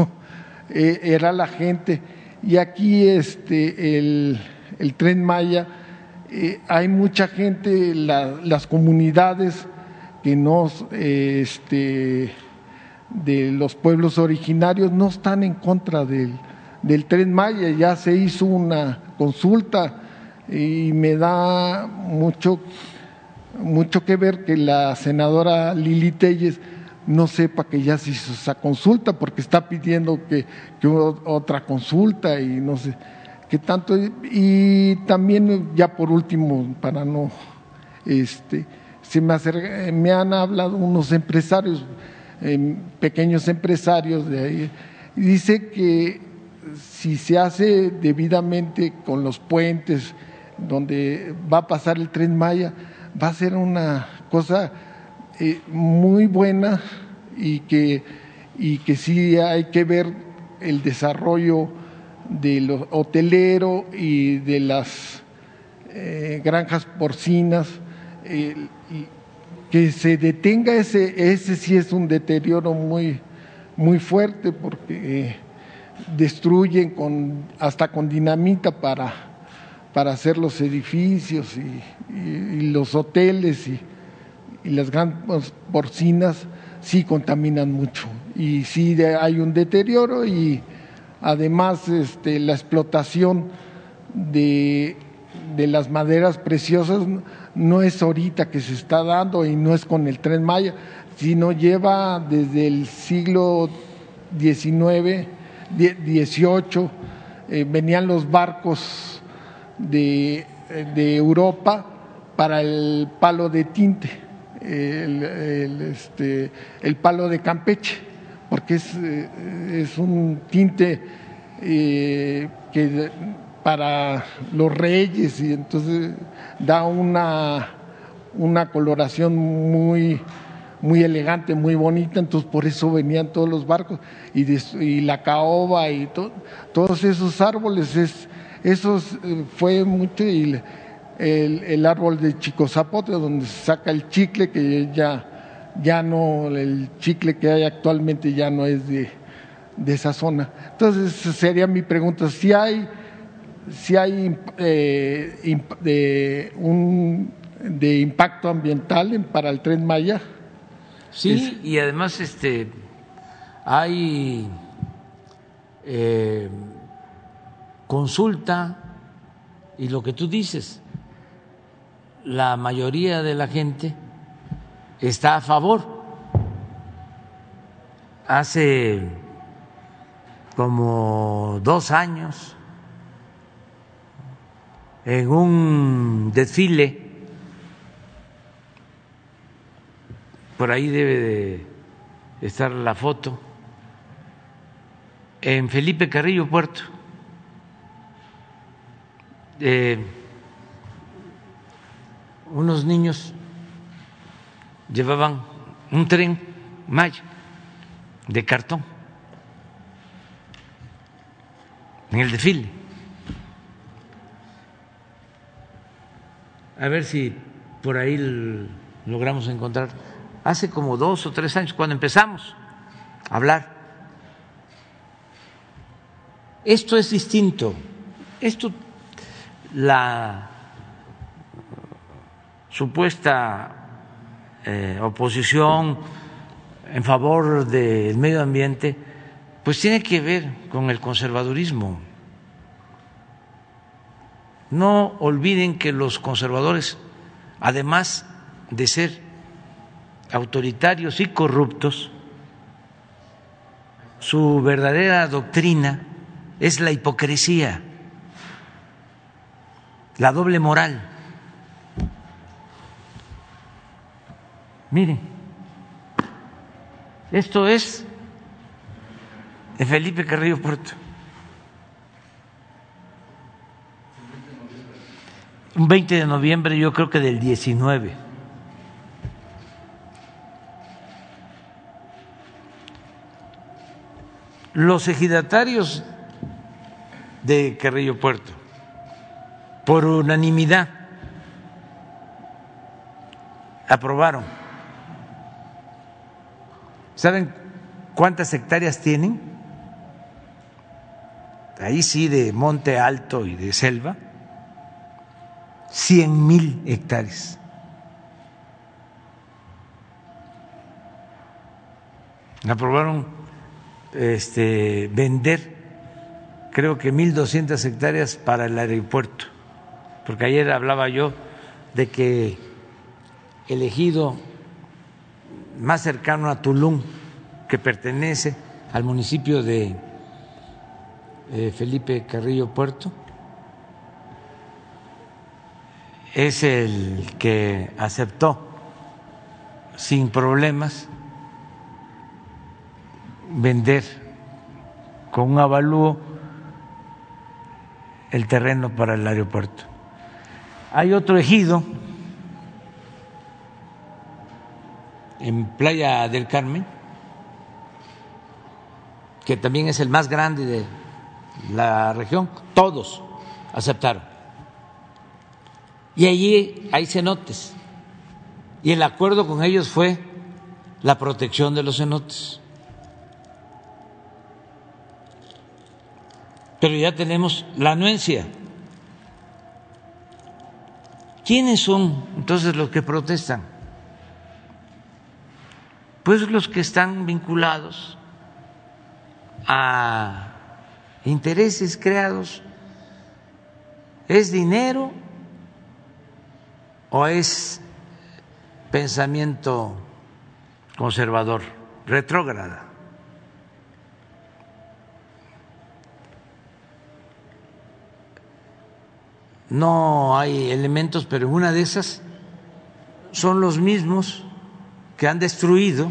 era la gente. Y aquí este, el, el Tren Maya, eh, hay mucha gente, la, las comunidades que no, eh, este, de los pueblos originarios no están en contra del, del Tren Maya, ya se hizo una consulta y me da mucho mucho que ver que la senadora Lili Telles no sepa que ya se hizo esa consulta, porque está pidiendo que, que otra consulta y no sé qué tanto. Y también ya por último, para no, este, se me, acerca, me han hablado unos empresarios, eh, pequeños empresarios de ahí, y dice que si se hace debidamente con los puentes donde va a pasar el Tren Maya, va a ser una cosa eh, muy buena, y que, y que sí hay que ver el desarrollo de lo hotelero y de las eh, granjas porcinas, eh, que se detenga ese, ese sí es un deterioro muy, muy fuerte, porque eh, destruyen con, hasta con dinamita para para hacer los edificios y, y, y los hoteles y, y las grandes porcinas sí contaminan mucho, y sí de, hay un deterioro, y además este, la explotación de, de las maderas preciosas no es ahorita que se está dando, y no es con el Tren Maya, sino lleva desde el siglo diecinueve, dieciocho, eh, venían los barcos De, de Europa para el palo de tinte, el, el, este, el palo de Campeche, porque es, es un tinte eh, que para los reyes, y entonces da una, una coloración muy, muy elegante, muy bonita, entonces por eso venían todos los barcos, y, de, y la caoba y to, todos esos árboles es Eso fue mucho, y el, el árbol de Chico Zapote, donde se saca el chicle, que ya, ya no, el chicle que hay actualmente ya no es de, de esa zona. Entonces sería mi pregunta, si hay, si hay eh, de, un, de impacto ambiental para el Tren Maya. Sí, es... y además este hay eh, consulta y lo que tú dices, la mayoría de la gente está a favor. Hace como dos años, en un desfile, por ahí debe de estar la foto, en Felipe Carrillo Puerto, eh, unos niños llevaban un tren Maya de cartón en el desfile. A ver si por ahí logramos encontrar. Hace como dos o tres años, cuando empezamos a hablar. Esto es distinto. Esto, la supuesta eh, oposición en favor del medio ambiente, pues tiene que ver con el conservadurismo. No olviden que los conservadores, además de ser autoritarios y corruptos, su verdadera doctrina es la hipocresía, la doble moral. Miren, esto es de Felipe Carrillo Puerto. Un veinte de noviembre, yo creo que del diecinueve. Los ejidatarios de Carrillo Puerto, por unanimidad, aprobaron. ¿Saben cuántas hectáreas tienen? Ahí sí, de monte alto y de selva, cien mil hectáreas. Aprobaron este, vender, creo que mil doscientas hectáreas para el aeropuerto, porque ayer hablaba yo de que el ejido más cercano a Tulum, que pertenece al municipio de eh, Felipe Carrillo Puerto, es el que aceptó sin problemas vender con un avalúo el terreno para el aeropuerto. Hay otro ejido en Playa del Carmen, que también es el más grande de la región, todos aceptaron. Y allí hay cenotes, y el acuerdo con ellos fue la protección de los cenotes. Pero ya tenemos la anuencia. ¿Quiénes son entonces los que protestan? Pues los que están vinculados a intereses creados. ¿Es dinero o es pensamiento conservador, retrógrada? No hay elementos, pero en una de esas son los mismos que han destruido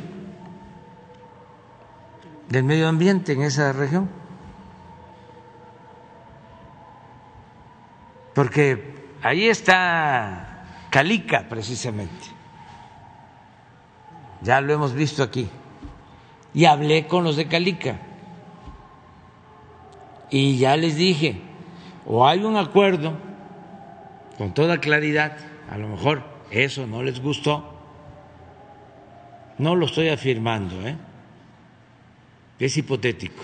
del medio ambiente en esa región, porque ahí está Calica precisamente, ya lo hemos visto aquí, y hablé con los de Calica y ya les dije, o hay un acuerdo con toda claridad, a lo mejor eso no les gustó. No lo estoy afirmando, ¿eh? Es hipotético.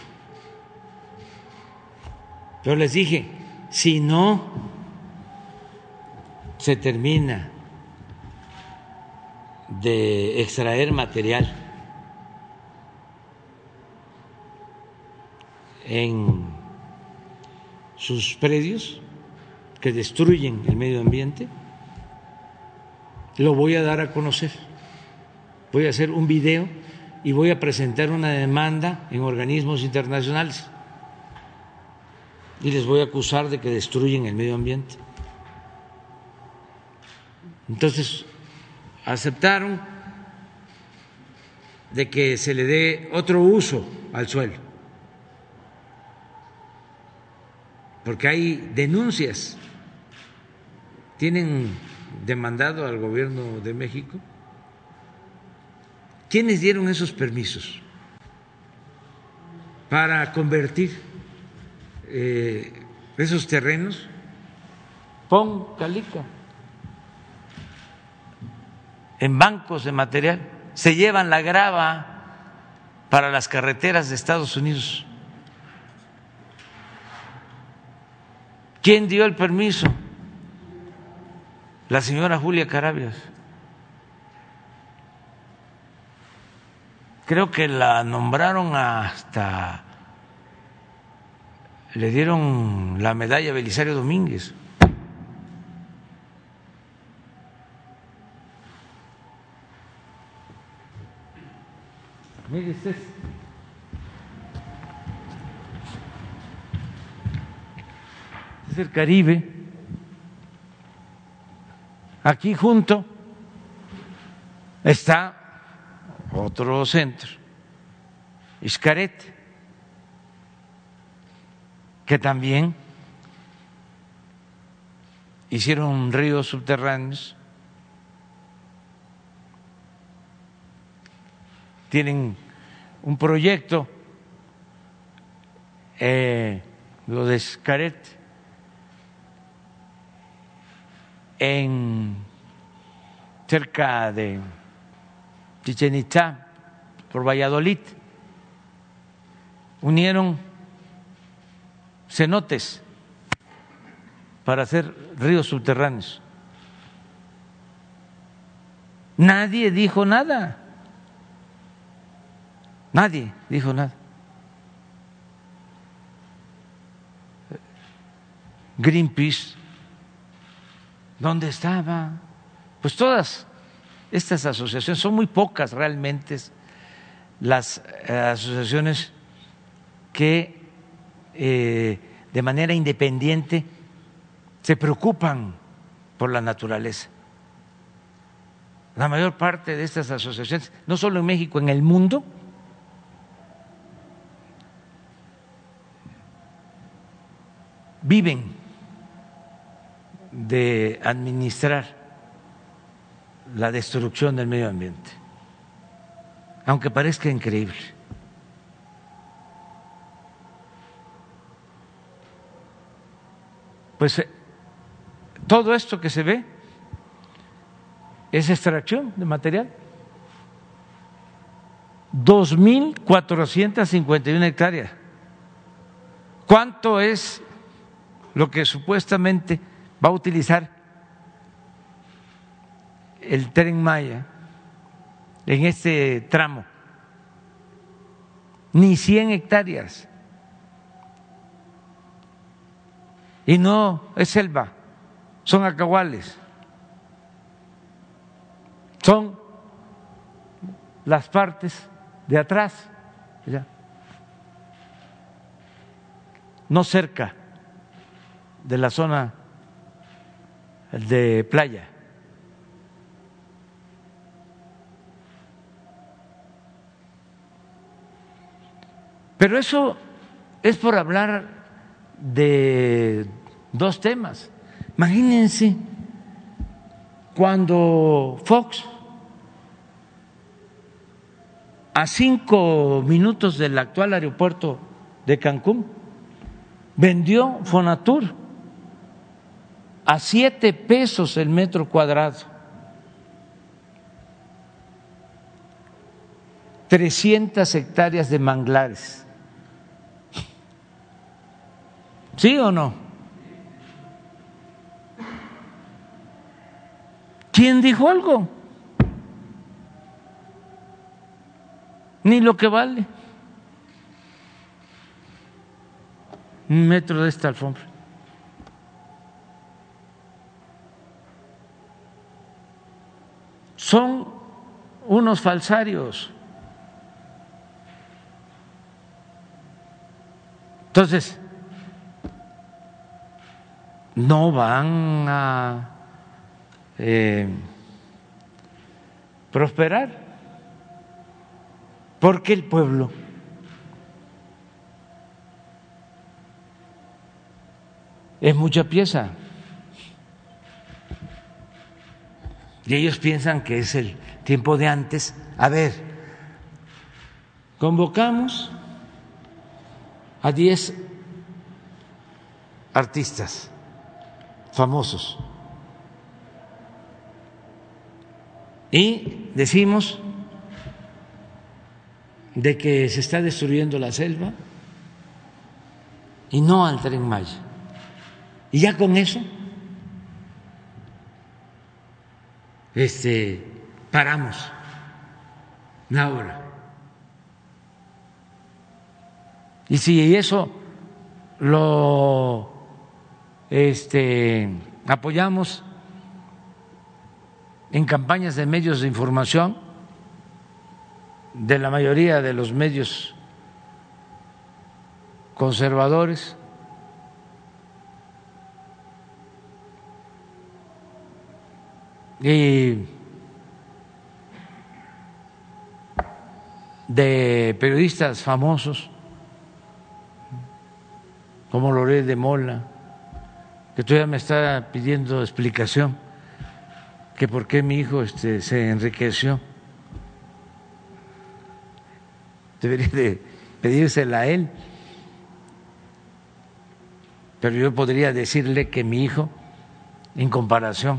Pero les dije, si no se termina de extraer material en sus predios que destruyen el medio ambiente, lo voy a dar a conocer. Voy a hacer un video y voy a presentar una demanda en organismos internacionales y les voy a acusar de que destruyen el medio ambiente. Entonces aceptaron de que se le dé otro uso al suelo, porque hay denuncias, tienen demandado al gobierno de México. ¿Quiénes dieron esos permisos para convertir eh, esos terrenos? Pon Calica en bancos de material, se llevan la grava para las carreteras de Estados Unidos. ¿Quién dio el permiso? La señora Julia Carabias. Creo que la nombraron hasta, le dieron la medalla Belisario Domínguez. Mire usted. Es el Caribe. Aquí junto está otro centro, Xcaret, que también hicieron ríos subterráneos, tienen un proyecto, eh, lo de Xcaret, en cerca de Chichén Itzá, por Valladolid, unieron cenotes para hacer ríos subterráneos. Nadie dijo nada, nadie dijo nada. Greenpeace, ¿dónde estaba? Pues todas estas asociaciones, son muy pocas realmente las eh, asociaciones que eh, de manera independiente se preocupan por la naturaleza. La mayor parte de estas asociaciones, no solo en México, en el mundo, viven de administrar la destrucción del medio ambiente, aunque parezca increíble. Pues eh, todo esto que se ve es extracción de material. Dos mil cuatrocientas cincuenta y una hectáreas. ¿Cuánto es lo que supuestamente va a utilizar el Tren Maya en este tramo? Ni cien hectáreas. Y no es selva, son acahuales, son las partes de atrás, ya, no cerca de la zona de playa. Pero eso es por hablar de dos temas. Imagínense cuando Fox, a cinco minutos del actual aeropuerto de Cancún, vendió Fonatur a siete pesos el metro cuadrado, trescientas hectáreas de manglares. ¿Sí o no? ¿Quién dijo algo? ni lo que vale un metro de esta alfombra. Son unos falsarios. Entonces, no van a eh, prosperar, porque el pueblo es mucha pieza y ellos piensan que es el tiempo de antes. A ver, convocamos a diez artistas famosos y decimos de que se está destruyendo la selva y no al Tren Maya, y ya con eso este paramos la obra. Y si eso lo este, apoyamos en campañas de medios de información, de la mayoría de los medios conservadores, y de periodistas famosos como Loret de Mola, que todavía me está pidiendo explicación que por qué mi hijo este, se enriqueció. Debería de pedírsela a él, pero yo podría decirle que mi hijo, en comparación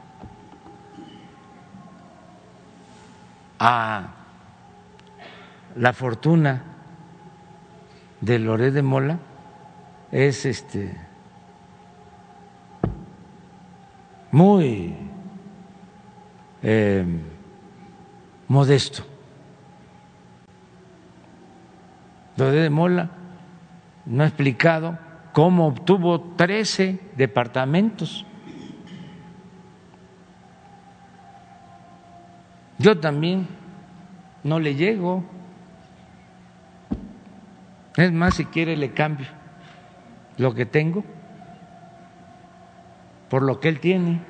a la fortuna de Loret de Mola, es este muy eh, modesto. Loret de Mola no ha explicado cómo obtuvo trece departamentos. Yo también no le llego. Es más, si quiere le cambio lo que tengo por lo que él tiene.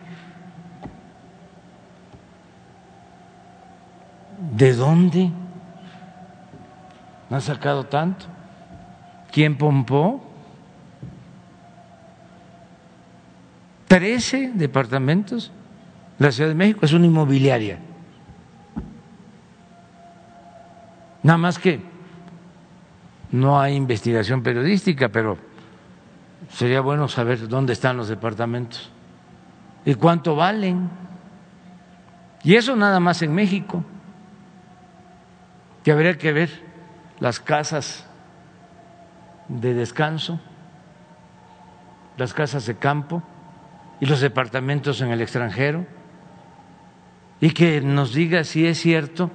¿De dónde ha sacado tanto? ¿Quién pompó? Trece departamentos. La Ciudad de México es una inmobiliaria. Nada más que no hay investigación periodística, pero sería bueno saber dónde están los departamentos y cuánto valen. Y eso nada más en México, que habría que ver las casas de descanso, las casas de campo y los departamentos en el extranjero, y que nos diga si es cierto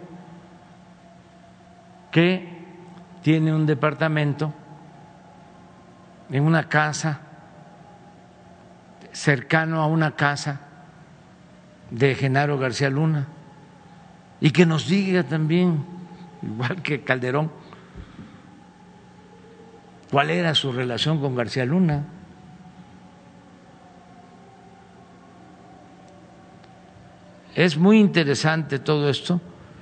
que tiene un departamento en una casa cercano a una casa de Genaro García Luna, y que nos diga también, igual que Calderón, cuál era su relación con García Luna. Es muy interesante todo esto,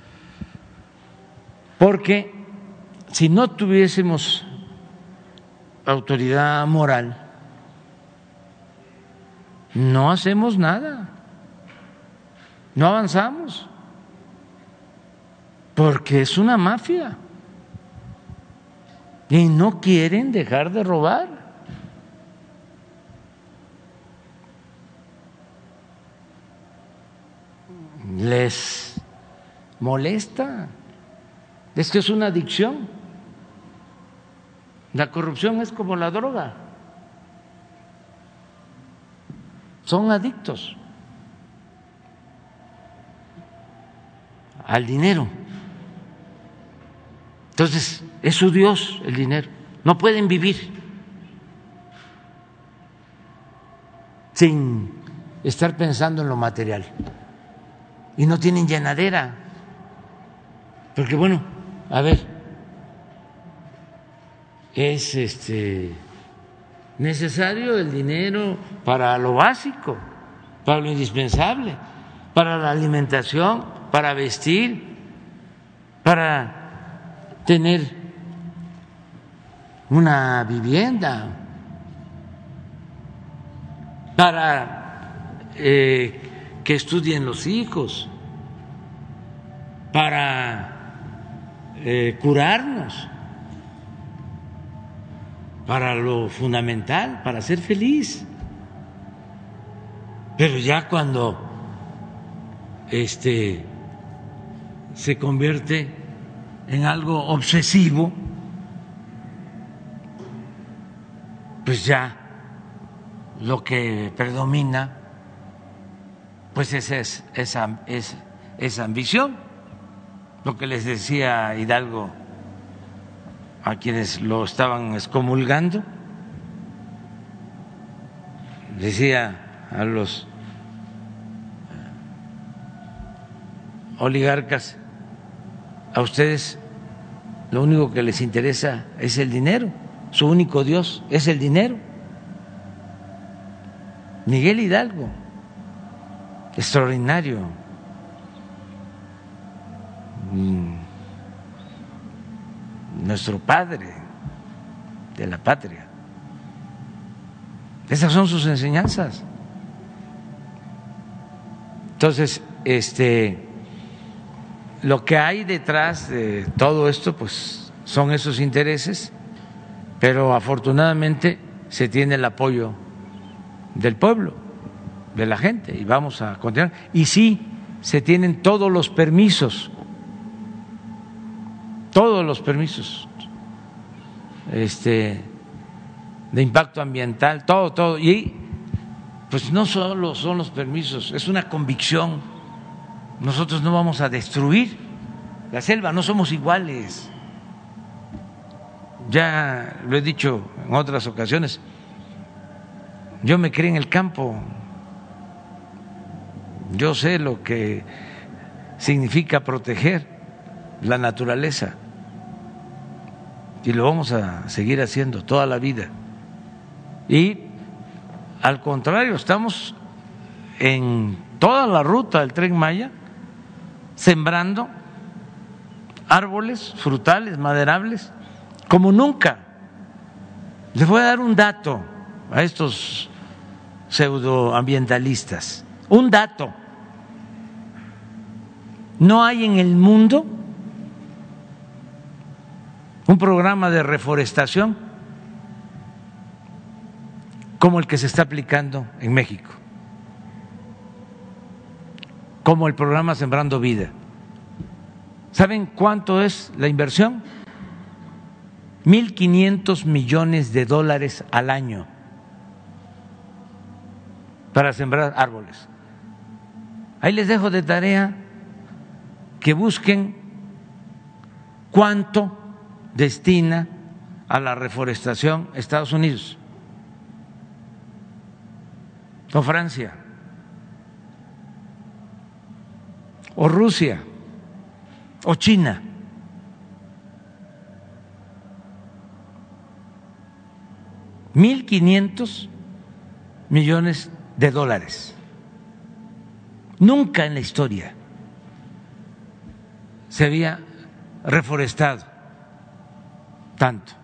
porque si no tuviésemos autoridad moral, no hacemos nada, no avanzamos, porque es una mafia y no quieren dejar de robar. Les molesta, es que es una adicción. La corrupción es como la droga, son adictos al dinero. Entonces, es su Dios el dinero. No pueden vivir sin estar pensando en lo material. Y no tienen llenadera. Porque bueno, a ver, es este necesario el dinero para lo básico, para lo indispensable, para la alimentación, para vestir, para tener una vivienda, para eh, que estudien los hijos, para eh, curarnos, para lo fundamental, para ser feliz. Pero ya cuando este se convierte en algo obsesivo, pues ya lo que predomina pues es, es, esa, es esa ambición, lo que les decía Hidalgo a quienes lo estaban excomulgando, decía a los oligarcas: a ustedes lo único que les interesa es el dinero, su único Dios es el dinero. Miguel Hidalgo, extraordinario, nuestro padre de la patria. Esas son sus enseñanzas. Entonces, este, lo que hay detrás de todo esto, pues, son esos intereses, pero afortunadamente se tiene el apoyo del pueblo, de la gente, y vamos a continuar. Y sí, se tienen todos los permisos, todos los permisos este, de impacto ambiental, todo, todo. Y pues no solo son los permisos, es una convicción. Nosotros no vamos a destruir la selva, no somos iguales. Ya lo he dicho en otras ocasiones, yo me crié en el campo, yo sé lo que significa proteger la naturaleza y lo vamos a seguir haciendo toda la vida. Y al contrario, estamos en toda la ruta del Tren Maya sembrando árboles frutales, maderables, como nunca. Les voy a dar un dato a estos pseudoambientalistas, un dato. No hay en el mundo un programa de reforestación como el que se está aplicando en México, como el programa Sembrando Vida. ¿Saben cuánto es la inversión? Mil quinientos millones de dólares al año para sembrar árboles. Ahí les dejo de tarea que busquen cuánto destina a la reforestación Estados Unidos o Francia o Rusia o China. Mil quinientos millones de dólares. Nunca en la historia se había reforestado tanto.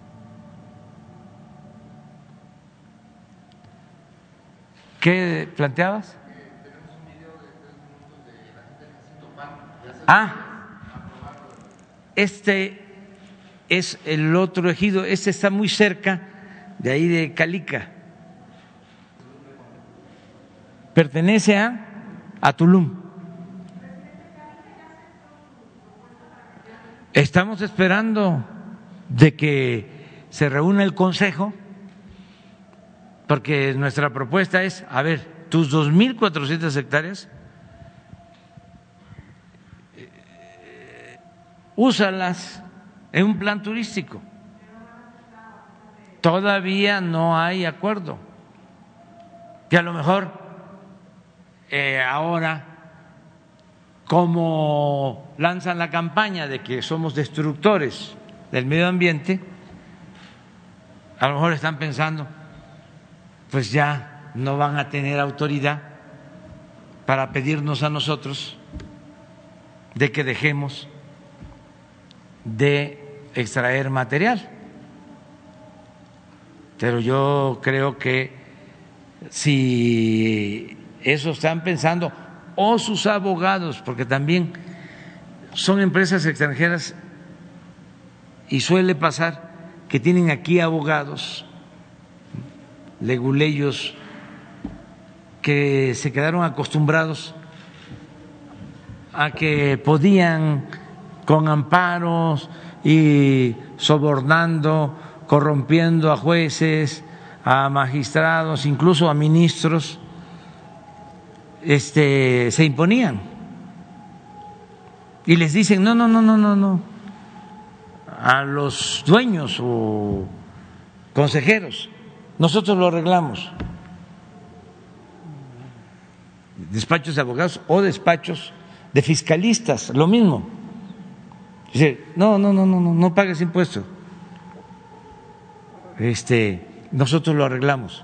¿Qué planteabas? Ah, este es el otro ejido, este está muy cerca de ahí de Calica. Pertenece a, a Tulum. Estamos esperando de que se reúna el Consejo, porque nuestra propuesta es, a ver, tus dos mil cuatrocientas hectáreas, eh, úsalas en un plan turístico. Todavía no hay acuerdo. Que a lo mejor eh, ahora, como lanzan la campaña de que somos destructores del medio ambiente, a lo mejor están pensando, pues ya no van a tener autoridad para pedirnos a nosotros de que dejemos de extraer material. Pero yo creo que si eso están pensando, o sus abogados, porque también son empresas extranjeras y suele pasar que tienen aquí abogados leguleyos que se quedaron acostumbrados a que podían, con amparos y sobornando, corrompiendo a jueces, a magistrados, incluso a ministros, este, se imponían y les dicen no, no, no, no, no, no, a los dueños o consejeros, nosotros lo arreglamos. Despachos de abogados o despachos de fiscalistas, lo mismo. Dice, no, no, no, no, no, no pagues impuestos. Este, nosotros lo arreglamos.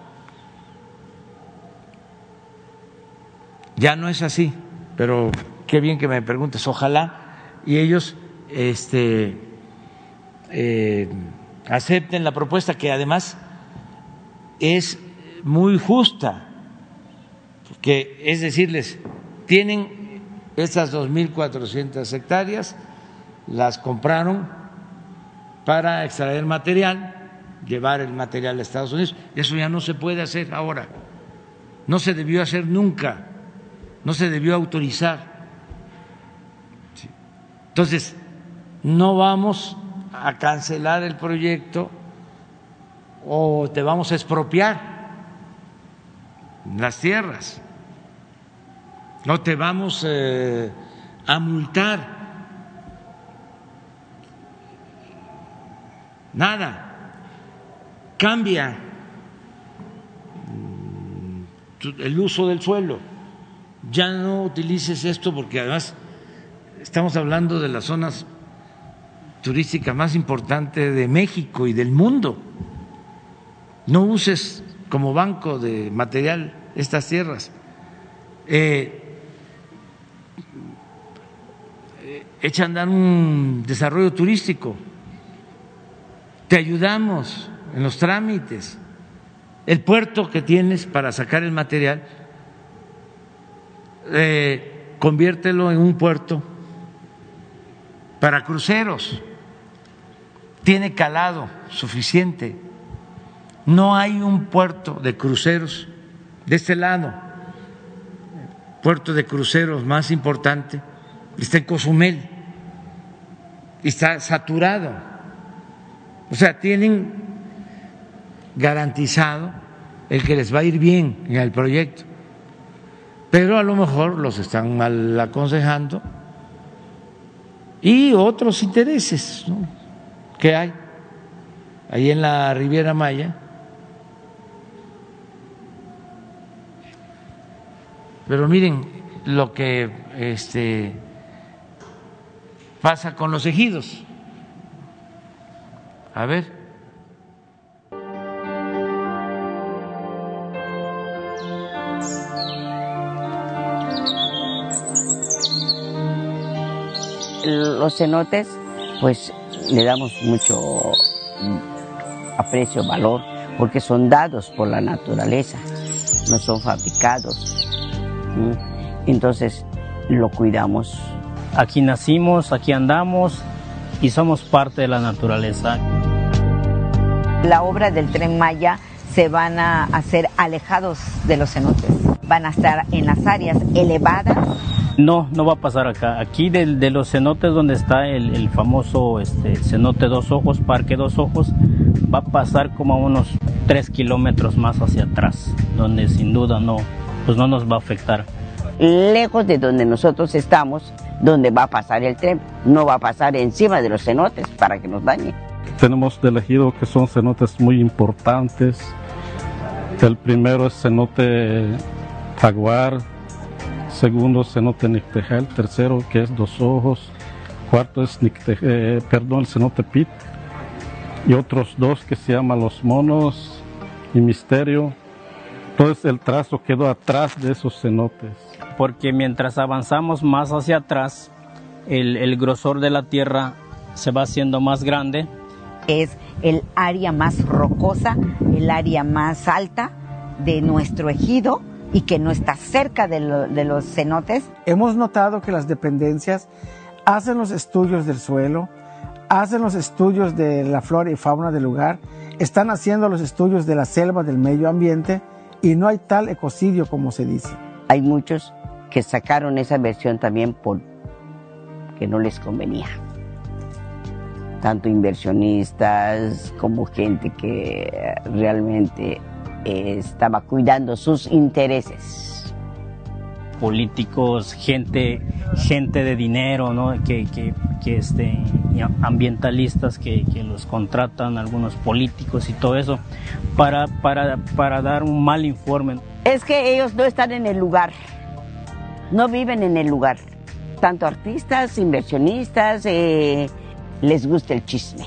Ya no es así, pero qué bien que me preguntes. Ojalá y ellos este, eh, acepten la propuesta, que además es muy justa, que es decirles, tienen estas dos mil cuatrocientas hectáreas, las compraron para extraer material, llevar el material a Estados Unidos. Eso ya no se puede hacer ahora, no se debió hacer nunca, no se debió autorizar. Entonces, no vamos a cancelar el proyecto o te vamos a expropiar las tierras, no te vamos eh, a multar, nada, cambia el uso del suelo, ya no utilices esto, porque además estamos hablando de las zonas turísticas más importantes de México y del mundo. No uses como banco de material estas tierras. Eh, echa a andar un desarrollo turístico, te ayudamos en los trámites. El puerto que tienes para sacar el material, eh, conviértelo en un puerto para cruceros, tiene calado suficiente. No hay un puerto de cruceros de este lado. El puerto de cruceros más importante está en Cozumel y está saturado. O sea, tienen garantizado el que les va a ir bien en el proyecto, pero a lo mejor los están mal aconsejando y otros intereses, ¿no?, que hay ahí en la Riviera Maya. Pero miren lo que este pasa con los ejidos. A ver. Los cenotes, pues le damos mucho aprecio, valor, porque son dados por la naturaleza, no son fabricados. Entonces lo cuidamos. Aquí nacimos, aquí andamos y somos parte de la naturaleza. La obra del Tren Maya se van a hacer alejados de los cenotes, van a estar en las áreas elevadas. No, no va a pasar acá. Aquí de, de los cenotes donde está el, el famoso este, cenote Dos Ojos, Parque Dos Ojos, va a pasar como a unos tres kilómetros más hacia atrás, donde sin duda no, pues no nos va a afectar. lejos de donde nosotros estamos, donde va a pasar el tren. No va a pasar encima de los cenotes para que nos dañe. Tenemos del ejido que son cenotes muy importantes. El primero es cenote Jaguar, segundo cenote Nictejal, tercero que es Dos Ojos, cuarto es Nicte, eh, perdón, el cenote Pit, y otros dos que se llaman Los Monos y Misterio. Entonces el trazo quedó atrás de esos cenotes. Porque mientras avanzamos más hacia atrás, el, el grosor de la tierra se va haciendo más grande. Es el área más rocosa, el área más alta de nuestro ejido y que no está cerca de, lo, de los cenotes. Hemos notado que las dependencias hacen los estudios del suelo, hacen los estudios de la flora y fauna del lugar, están haciendo los estudios de la selva, del medio ambiente, y no hay tal ecocidio como se dice. Hay muchos que sacaron esa versión también por que no les convenía. Tanto inversionistas como gente que realmente eh, estaba cuidando sus intereses. Políticos, gente, gente de dinero, ¿no? que, que, que este, ambientalistas que, que los contratan, algunos políticos y todo eso, para, para, para dar un mal informe. Es que ellos no están en el lugar, no viven en el lugar. Tanto artistas, inversionistas, eh, les gusta el chisme.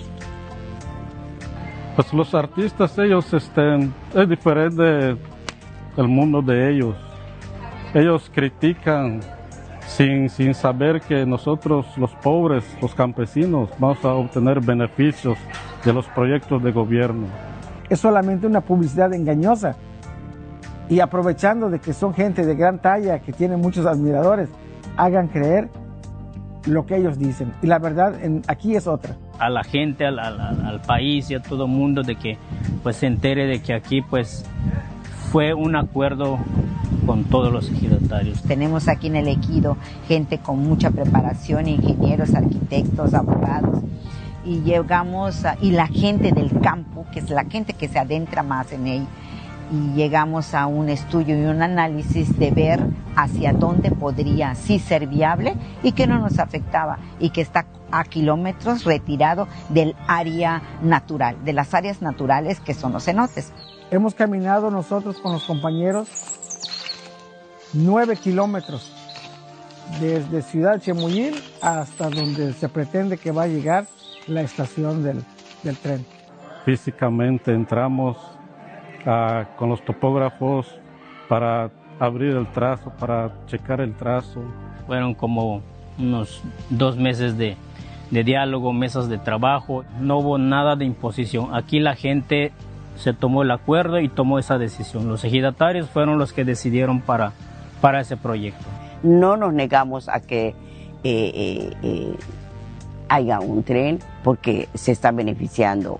Pues los artistas, ellos estén, es diferente el mundo de ellos. Ellos critican sin, sin saber que nosotros, los pobres, los campesinos, vamos a obtener beneficios de los proyectos de gobierno. Es solamente una publicidad engañosa y aprovechando de que son gente de gran talla, que tienen muchos admiradores, hagan creer lo que ellos dicen. Y la verdad en, aquí es otra. A la gente, al, al, al país y a todo el mundo de que pues, se entere de que aquí pues, fue un acuerdo con todos los ejidatarios. Tenemos aquí en el ejido gente con mucha preparación, ingenieros, arquitectos, abogados, y llegamos, a, y la gente del campo, que es la gente que se adentra más en él, y llegamos a un estudio y un análisis de ver hacia dónde podría sí ser viable y que no nos afectaba y que está a kilómetros retirado del área natural, de las áreas naturales que son los cenotes. Hemos caminado nosotros con los compañeros nueve kilómetros desde Ciudad Chemuyil hasta donde se pretende que va a llegar la estación del, del tren. Físicamente entramos uh, con los topógrafos para abrir el trazo, para checar el trazo. Fueron como unos dos meses de, de diálogo, mesas de trabajo. No hubo nada de imposición. Aquí la gente se tomó el acuerdo y tomó esa decisión. Los ejidatarios fueron los que decidieron para para ese proyecto. No nos negamos a que eh, eh, eh, haya un tren porque se está beneficiando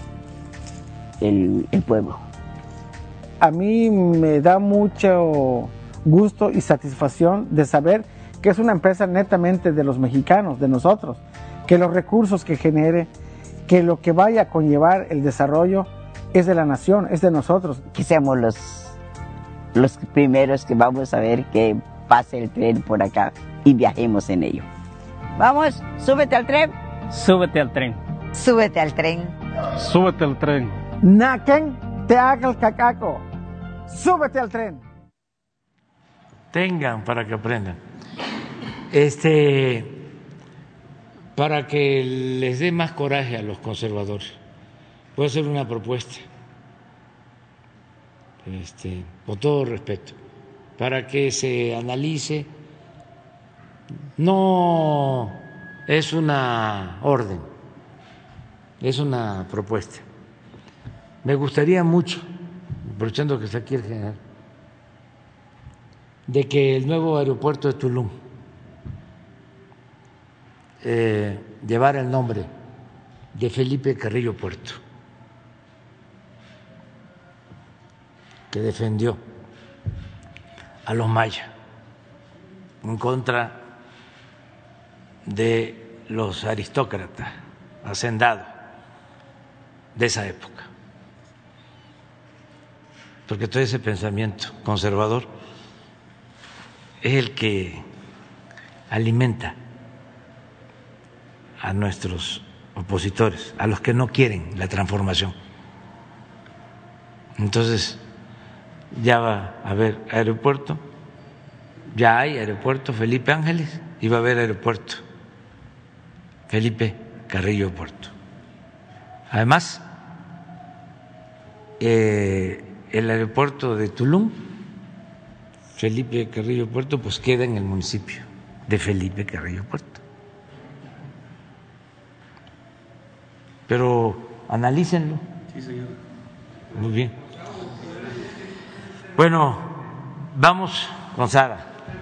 el, el pueblo. A mí me da mucho gusto y satisfacción de saber que es una empresa netamente de los mexicanos, de nosotros, que los recursos que genere, que lo que vaya a conllevar el desarrollo es de la nación, es de nosotros. Que seamos los los primeros que vamos a ver que pase el tren por acá y viajemos en ello. Vamos, súbete al tren. Súbete al tren. Súbete al tren. Súbete al tren. Naquen te haga el cacaco. Súbete al tren. Tengan para que aprendan. Este, para que les dé más coraje a los conservadores, voy a hacer una propuesta. Este, con todo respeto, para que se analice. No es una orden, es una propuesta. Me gustaría mucho, aprovechando que está aquí el general, de que el nuevo aeropuerto de Tulum eh, llevara el nombre de Felipe Carrillo Puerto, que defendió a los mayas en contra de los aristócratas hacendados de esa época. Porque todo ese pensamiento conservador es el que alimenta a nuestros opositores, a los que no quieren la transformación. Entonces, ya va a haber aeropuerto, ya hay aeropuerto Felipe Ángeles y va a haber aeropuerto Felipe Carrillo Puerto. Además, eh, el aeropuerto de Tulum, Felipe Carrillo Puerto, pues queda en el municipio de Felipe Carrillo Puerto. Pero analícenlo. Sí, señor. Muy bien. Bueno, vamos con Sara.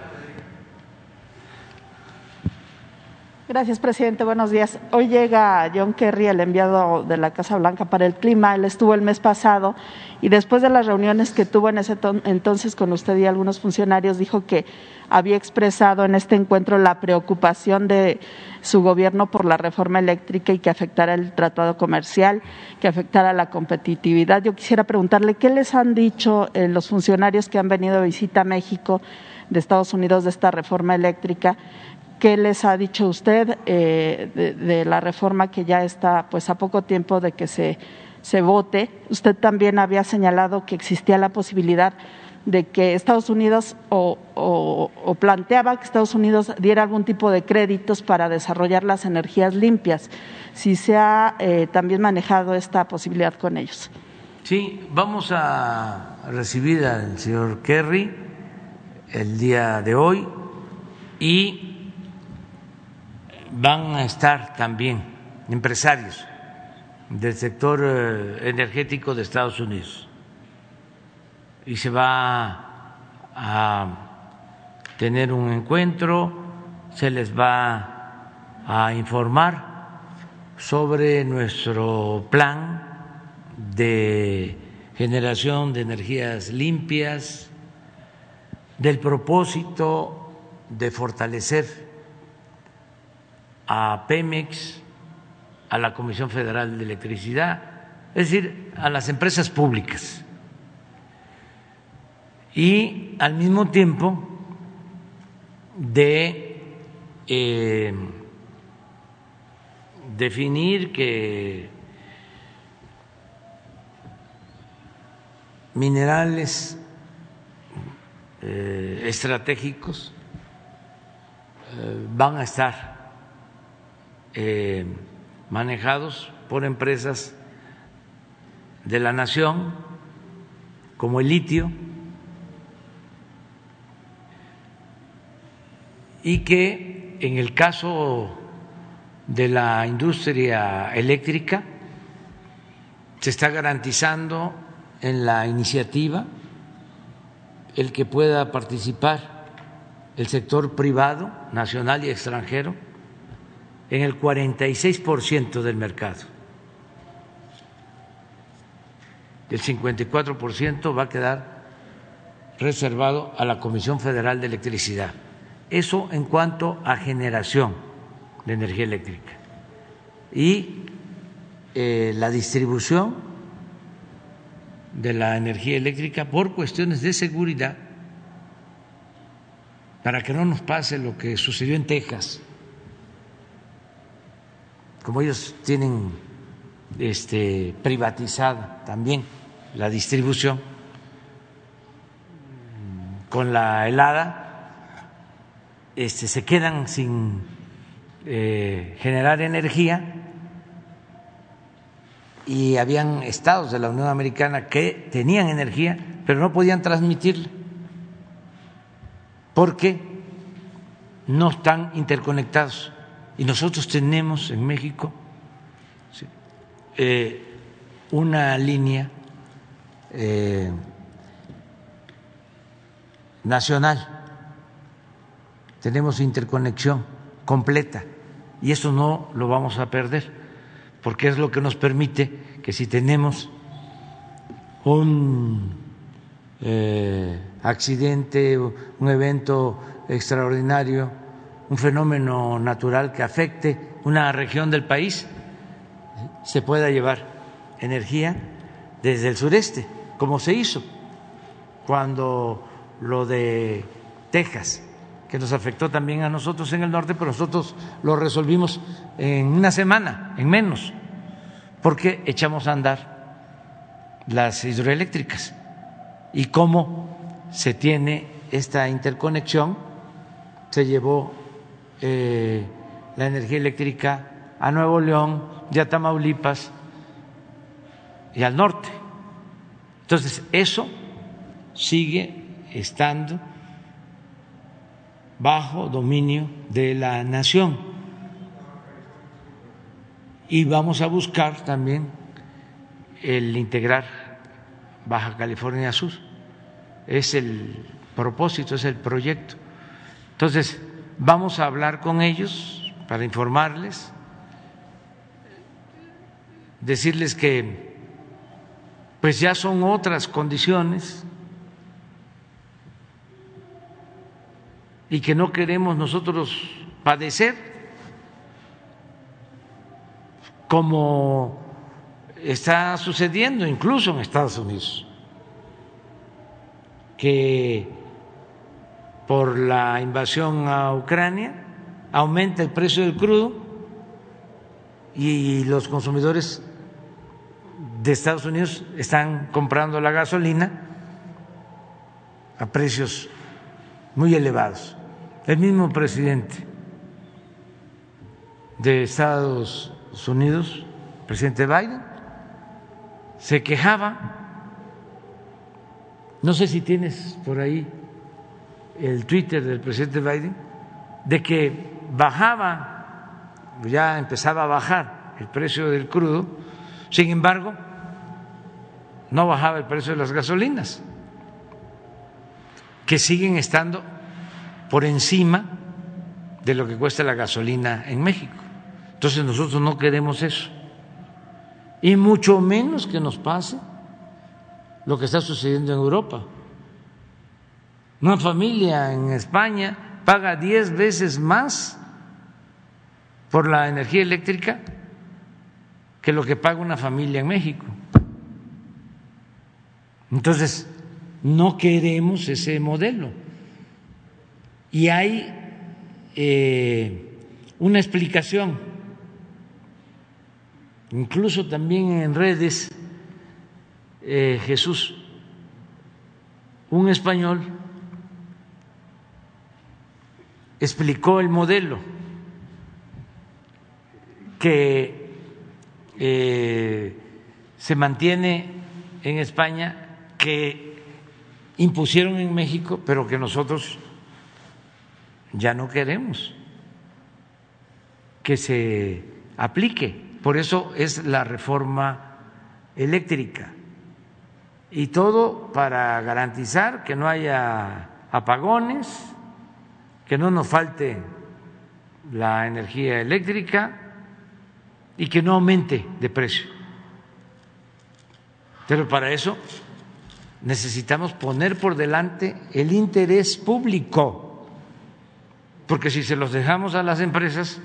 Gracias, presidente. Buenos días. Hoy llega John Kerry, el enviado de la Casa Blanca para el clima. Él estuvo el mes pasado y después de las reuniones que tuvo en ese entonces con usted y algunos funcionarios, dijo que había expresado en este encuentro la preocupación de su gobierno por la reforma eléctrica y que afectara el tratado comercial, que afectara la competitividad. Yo quisiera preguntarle, ¿qué les han dicho eh, los funcionarios que han venido de visita a México de Estados Unidos de esta reforma eléctrica? ¿Qué les ha dicho usted eh, de, de la reforma que ya está pues a poco tiempo de que se, se vote? Usted también había señalado que existía la posibilidad de que Estados Unidos o, o, o planteaba que Estados Unidos diera algún tipo de créditos para desarrollar las energías limpias. Si se ha eh, también manejado esta posibilidad con ellos. Sí, vamos a recibir al señor Kerry el día de hoy y van a estar también empresarios del sector energético de Estados Unidos y se va a tener un encuentro, se les va a informar sobre nuestro plan de generación de energías limpias, del propósito de fortalecer a Pemex, a la Comisión Federal de Electricidad, es decir, a las empresas públicas. Y al mismo tiempo de eh, definir que minerales eh, estratégicos eh, van a estar Eh, manejados por empresas de la nación, como el litio, y que en el caso de la industria eléctrica se está garantizando en la iniciativa el que pueda participar el sector privado, nacional y extranjero, en el cuarenta y seis por ciento del mercado. El cincuenta y cuatro por ciento va a quedar reservado a la Comisión Federal de Electricidad. Eso en cuanto a generación de energía eléctrica. Y eh, la distribución de la energía eléctrica por cuestiones de seguridad, para que no nos pase lo que sucedió en Texas. Como ellos tienen este, privatizada también la distribución con la helada, este, se quedan sin eh, generar energía y habían estados de la Unión Americana que tenían energía pero no podían transmitirla porque no están interconectados. Y nosotros tenemos en México sí, eh, una línea eh, nacional, tenemos interconexión completa y eso no lo vamos a perder, porque es lo que nos permite que si tenemos un eh, accidente, un evento extraordinario, un fenómeno natural que afecte una región del país, se pueda llevar energía desde el sureste, como se hizo cuando lo de Texas que nos afectó también a nosotros en el norte, pero nosotros lo resolvimos en una semana, en menos, porque echamos a andar las hidroeléctricas. Y cómo se tiene esta interconexión, se llevó eh, la energía eléctrica a Nuevo León y a Tamaulipas y al norte. Entonces, eso sigue estando bajo dominio de la nación. Y vamos a buscar también el integrar Baja California Sur. Es el propósito, es el proyecto. Entonces, vamos a hablar con ellos para informarles, decirles que pues ya son otras condiciones y que no queremos nosotros padecer como está sucediendo incluso en Estados Unidos, que por la invasión a Ucrania aumenta el precio del crudo y los consumidores de Estados Unidos están comprando la gasolina a precios muy elevados. El mismo presidente de Estados Unidos, el presidente Biden, se quejaba, no sé si tienes por ahí el Twitter del presidente Biden, de que bajaba, ya empezaba a bajar el precio del crudo, sin embargo, no bajaba el precio de las gasolinas, que siguen estando por encima de lo que cuesta la gasolina en México. Entonces nosotros no queremos eso, y mucho menos que nos pase lo que está sucediendo en Europa. Una familia en España paga diez veces más por la energía eléctrica que lo que paga una familia en México. Entonces, no queremos ese modelo. Y hay eh, una explicación, incluso también en redes, eh, Jesús, un español, explicó el modelo que eh, se mantiene en España, que impusieron en México, pero que nosotros ya no queremos que se aplique. Por eso es la reforma eléctrica, y todo para garantizar que no haya apagones, que no nos falte la energía eléctrica y que no aumente de precio. Pero para eso necesitamos poner por delante el interés público, porque si se los dejamos a las empresas,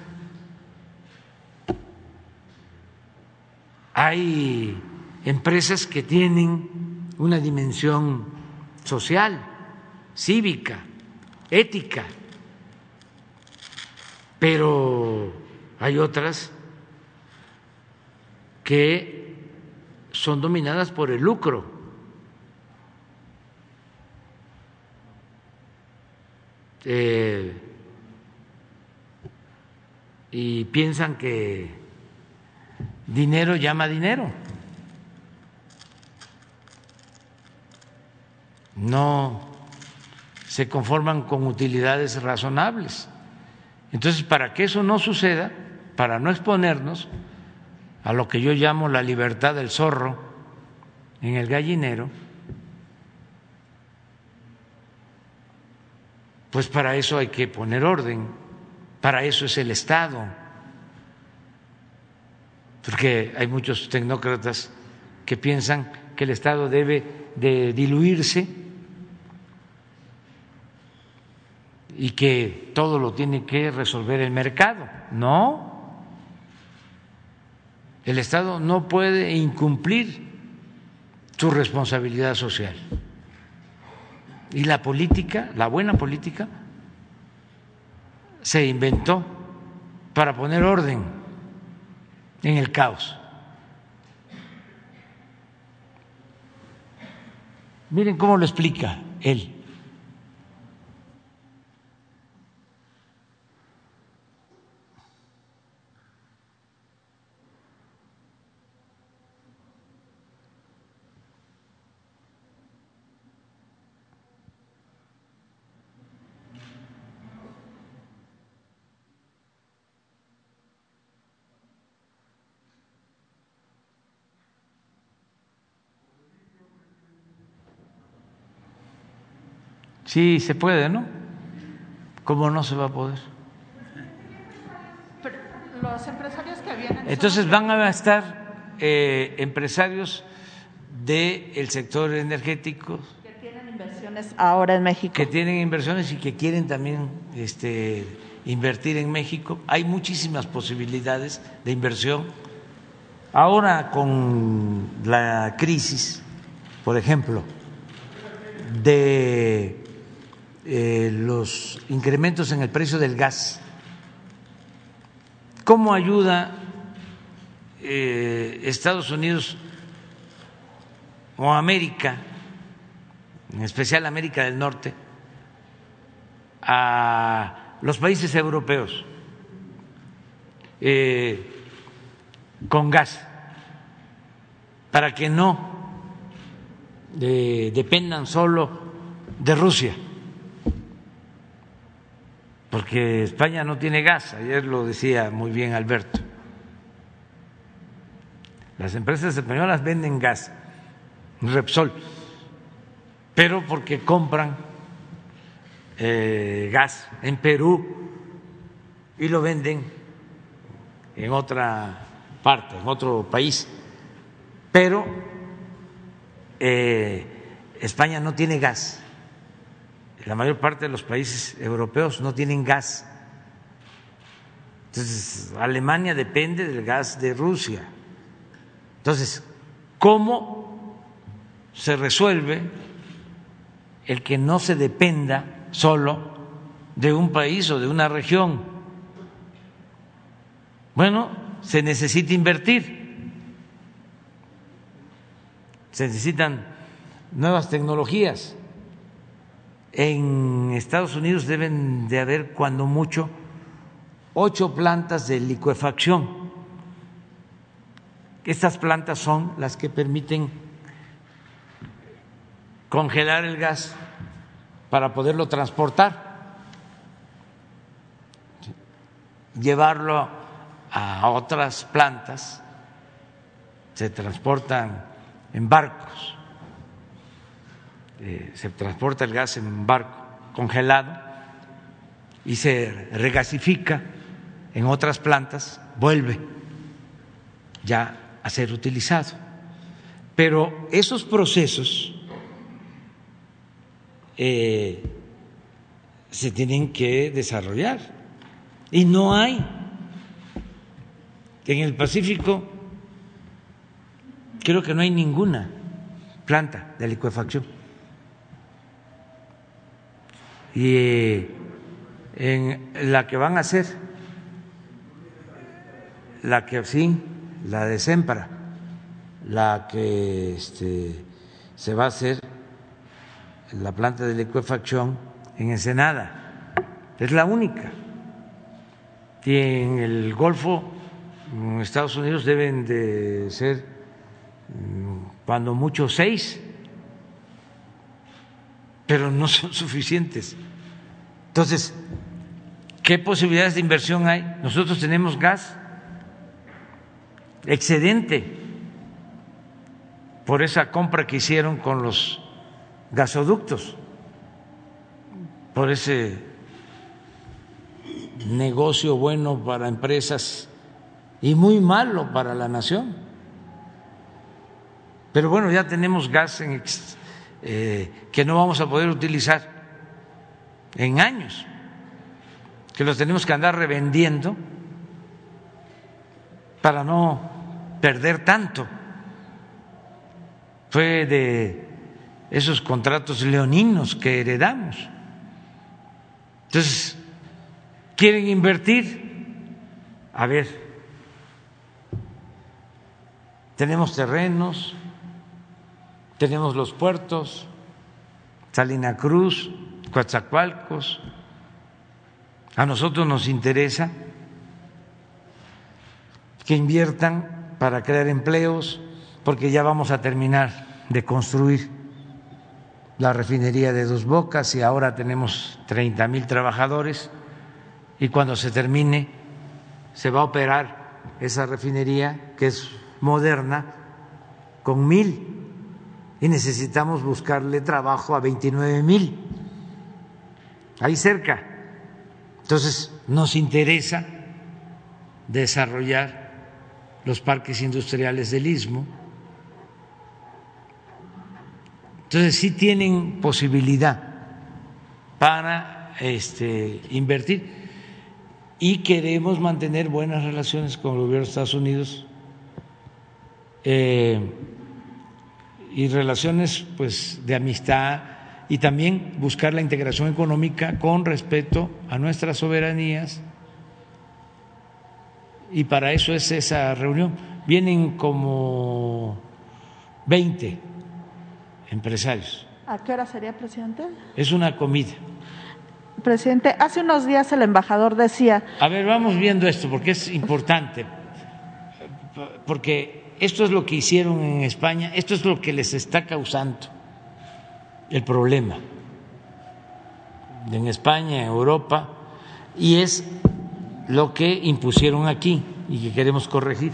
hay empresas que tienen una dimensión social, cívica, ética, pero hay otras que son dominadas por el lucro. Eh, y piensan que dinero llama dinero. No se conforman con utilidades razonables. Entonces, para que eso no suceda, para no exponernos a lo que yo llamo la libertad del zorro en el gallinero, pues para eso hay que poner orden, para eso es el Estado, porque hay muchos tecnócratas que piensan que el Estado debe de diluirse y que todo lo tiene que resolver el mercado. No, el Estado no puede incumplir su responsabilidad social. Y la política, la buena política, se inventó para poner orden en el caos. Miren cómo lo explica él. Sí, se puede, ¿no? ¿Cómo no se va a poder? Pero los empresarios que vienen. Entonces van a estar eh, empresarios del sector energético. Que tienen inversiones ahora en México. Que tienen inversiones y que quieren también este, invertir en México. Hay muchísimas posibilidades de inversión. Ahora con la crisis, por ejemplo, de Eh, los incrementos en el precio del gas, ¿cómo ayuda eh, Estados Unidos o América, en especial América del Norte, a los países europeos eh, con gas, para que no eh, dependan solo de Rusia? Porque España no tiene gas, ayer lo decía muy bien Alberto. Las empresas españolas venden gas, Repsol, pero porque compran eh, gas en Perú y lo venden en otra parte, en otro país. Pero eh, España no tiene gas. La mayor parte de los países europeos no tienen gas. Entonces, Alemania depende del gas de Rusia. Entonces, ¿cómo se resuelve el que no se dependa solo de un país o de una región? Bueno, se necesita invertir. Se necesitan nuevas tecnologías. En Estados Unidos deben de haber, cuando mucho, ocho plantas de licuefacción. Estas plantas son las que permiten congelar el gas para poderlo transportar, llevarlo a otras plantas. Se transportan en barcos. Eh, se transporta el gas en barco congelado y se regasifica en otras plantas, vuelve ya a ser utilizado. Pero esos procesos eh, se tienen que desarrollar y no hay. En el Pacífico creo que no hay ninguna planta de licuefacción. Y en la que van a hacer, la que sí, la de Sempra, la que este, se va a hacer, la planta de licuefacción en Ensenada, es la única. Y en el Golfo, en Estados Unidos, deben de ser, cuando mucho, seis, pero no son suficientes. Entonces, ¿qué posibilidades de inversión hay? Nosotros tenemos gas excedente por esa compra que hicieron con los gasoductos, por ese negocio bueno para empresas y muy malo para la nación. Pero bueno, ya tenemos gas en Eh, que no vamos a poder utilizar en años, que los tenemos que andar revendiendo para no perder tanto. Fue de esos contratos leoninos que heredamos. Entonces, quieren invertir. A ver, tenemos terrenos, tenemos los puertos, Salina Cruz, Coatzacoalcos. A nosotros nos interesa que inviertan para crear empleos, porque ya vamos a terminar de construir la refinería de Dos Bocas y ahora tenemos treinta mil trabajadores, y cuando se termine se va a operar esa refinería, que es moderna, con mil, y necesitamos buscarle trabajo a veintinueve mil ahí cerca. Entonces nos interesa desarrollar los parques industriales del Istmo. Entonces sí tienen posibilidad para este, invertir, y queremos mantener buenas relaciones con el gobierno de Estados Unidos eh, y relaciones pues de amistad, y también buscar la integración económica con respeto a nuestras soberanías, y para eso es esa reunión. Vienen como veinte empresarios. ¿A qué hora sería, presidente? Es una comida. Presidente, hace unos días el embajador decía… A ver, vamos viendo esto porque es importante, porque esto es lo que hicieron en España, esto es lo que les está causando el problema en España, en Europa, y es lo que impusieron aquí y que queremos corregir.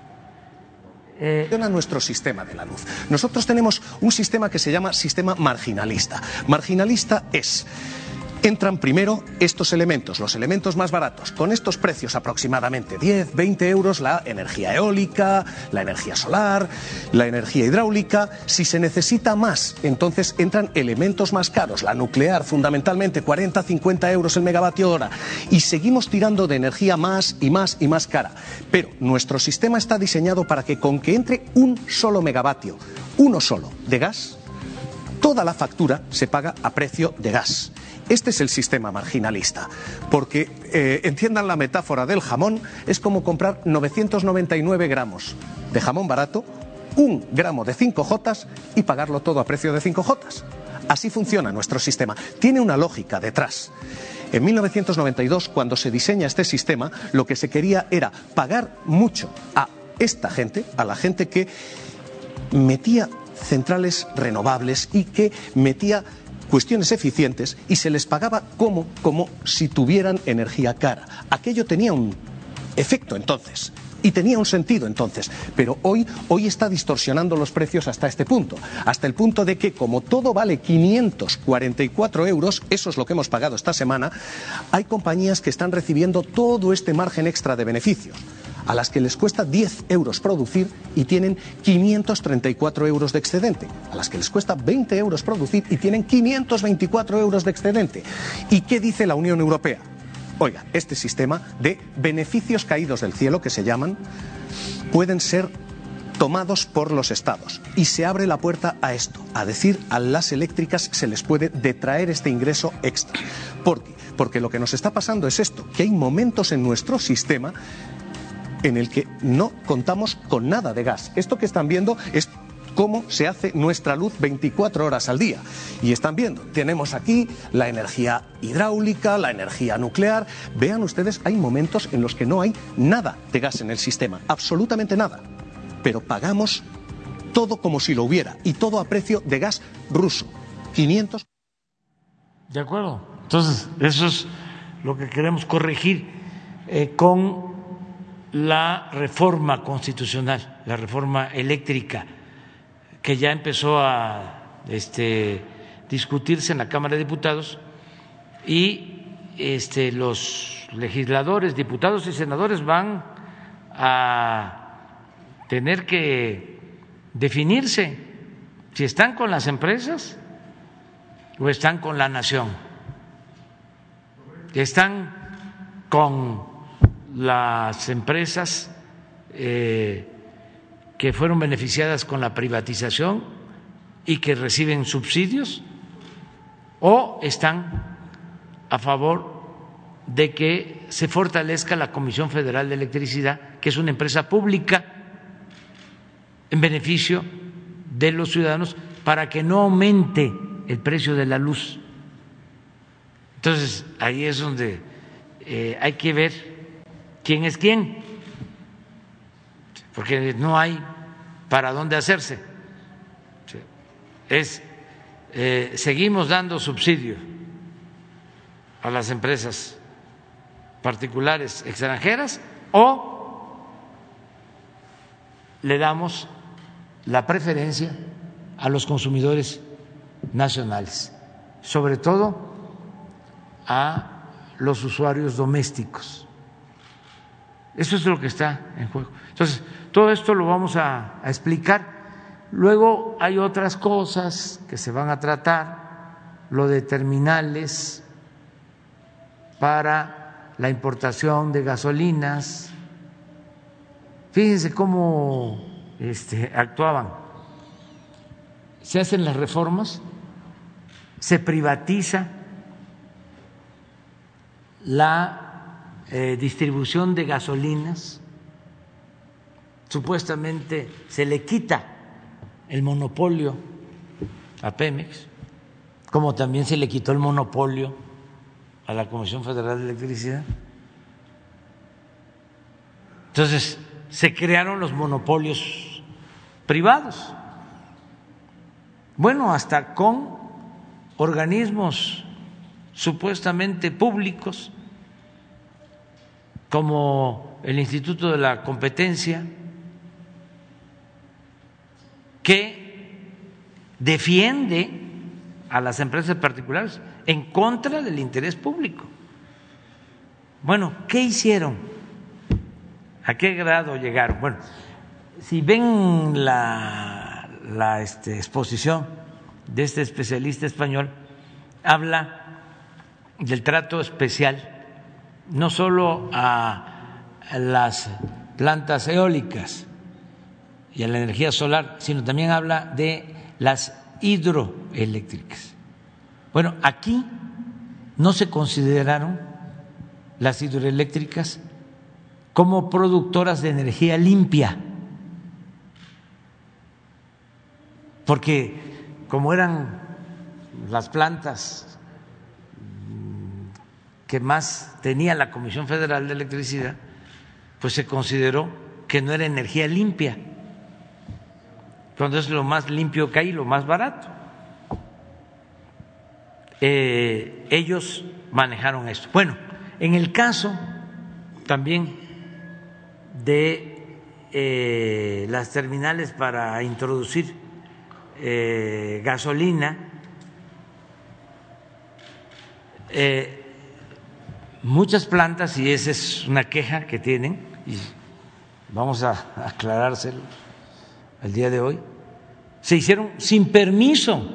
Funciona nuestro sistema de la luz. Nosotros tenemos un sistema que se llama sistema marginalista. Marginalista es: entran primero estos elementos, los elementos más baratos, con estos precios aproximadamente diez, veinte euros, la energía eólica, la energía solar, la energía hidráulica. Si se necesita más, entonces entran elementos más caros, la nuclear fundamentalmente, cuarenta, cincuenta euros el megavatio hora, y seguimos tirando de energía más y más y más cara. Pero nuestro sistema está diseñado para que con que entre un solo megavatio, uno solo, de gas, toda la factura se paga a precio de gas. Este es el sistema marginalista, porque, eh, entiendan la metáfora del jamón, es como comprar novecientos noventa y nueve gramos de jamón barato, un gramo de cinco jotas y pagarlo todo a precio de cinco jotas. Así funciona nuestro sistema. Tiene una lógica detrás. En mil novecientos noventa y dos, cuando se diseña este sistema, lo que se quería era pagar mucho a esta gente, a la gente que metía centrales renovables y que metía cuestiones eficientes, y se les pagaba como, como si tuvieran energía cara. Aquello tenía un efecto entonces y tenía un sentido entonces, pero hoy, hoy está distorsionando los precios hasta este punto, hasta el punto de que, como todo vale quinientos cuarenta y cuatro euros, eso es lo que hemos pagado esta semana, hay compañías que están recibiendo todo este margen extra de beneficios, a las que les cuesta diez euros producir y tienen quinientos treinta y cuatro euros de excedente, a las que les cuesta veinte euros producir y tienen quinientos veinticuatro euros de excedente. ¿Y qué dice la Unión Europea? Oiga, este sistema de beneficios caídos del cielo, que se llaman, pueden ser tomados por los estados, y se abre la puerta a esto, a decir, a las eléctricas se les puede detraer este ingreso extra. ¿Por qué? Porque lo que nos está pasando es esto, que hay momentos en nuestro sistema en el que no contamos con nada de gas. Esto que están viendo es cómo se hace nuestra luz veinticuatro horas al día. Y están viendo, tenemos aquí la energía hidráulica, la energía nuclear. Vean ustedes, hay momentos en los que no hay nada de gas en el sistema, absolutamente nada. Pero pagamos todo como si lo hubiera, y todo a precio de gas ruso. quinientos. De acuerdo. Entonces, eso es lo que queremos corregir eh, con la reforma constitucional, la reforma eléctrica, que ya empezó a este, discutirse en la Cámara de Diputados, y este, los legisladores, diputados y senadores van a tener que definirse si están con las empresas o están con la nación, están con las empresas eh, que fueron beneficiadas con la privatización y que reciben subsidios, o están a favor de que se fortalezca la Comisión Federal de Electricidad, que es una empresa pública en beneficio de los ciudadanos, para que no aumente el precio de la luz. Entonces, ahí es donde eh, hay que ver quién es quién, porque no hay para dónde hacerse. Es eh, seguimos dando subsidio a las empresas particulares extranjeras o le damos la preferencia a los consumidores nacionales, sobre todo a los usuarios domésticos. Eso es lo que está en juego. Entonces, todo esto lo vamos a, a explicar. Luego hay otras cosas que se van a tratar, lo de terminales para la importación de gasolinas. Fíjense cómo este, actuaban. Se hacen las reformas, se privatiza la eh, distribución de gasolinas, supuestamente se le quita el monopolio a Pemex, como también se le quitó el monopolio a la Comisión Federal de Electricidad. Entonces, se crearon los monopolios privados, bueno, hasta con organismos supuestamente públicos, como el Instituto de la Competencia, que defiende a las empresas particulares en contra del interés público. Bueno, ¿qué hicieron? ¿A qué grado llegaron? Bueno, si ven la, la este, exposición de este especialista español, habla del trato especial no solo a las plantas eólicas y a la energía solar, sino también habla de las hidroeléctricas. Bueno, aquí no se consideraron las hidroeléctricas como productoras de energía limpia, porque como eran las plantas que más tenía la Comisión Federal de Electricidad, pues se consideró que no era energía limpia, cuando es lo más limpio que hay, lo más barato. Eh, ellos manejaron esto. Bueno, en el caso también de eh, las terminales para introducir eh, gasolina, eh, muchas plantas, y esa es una queja que tienen, y vamos a aclarárselo el día de hoy, se hicieron sin permiso.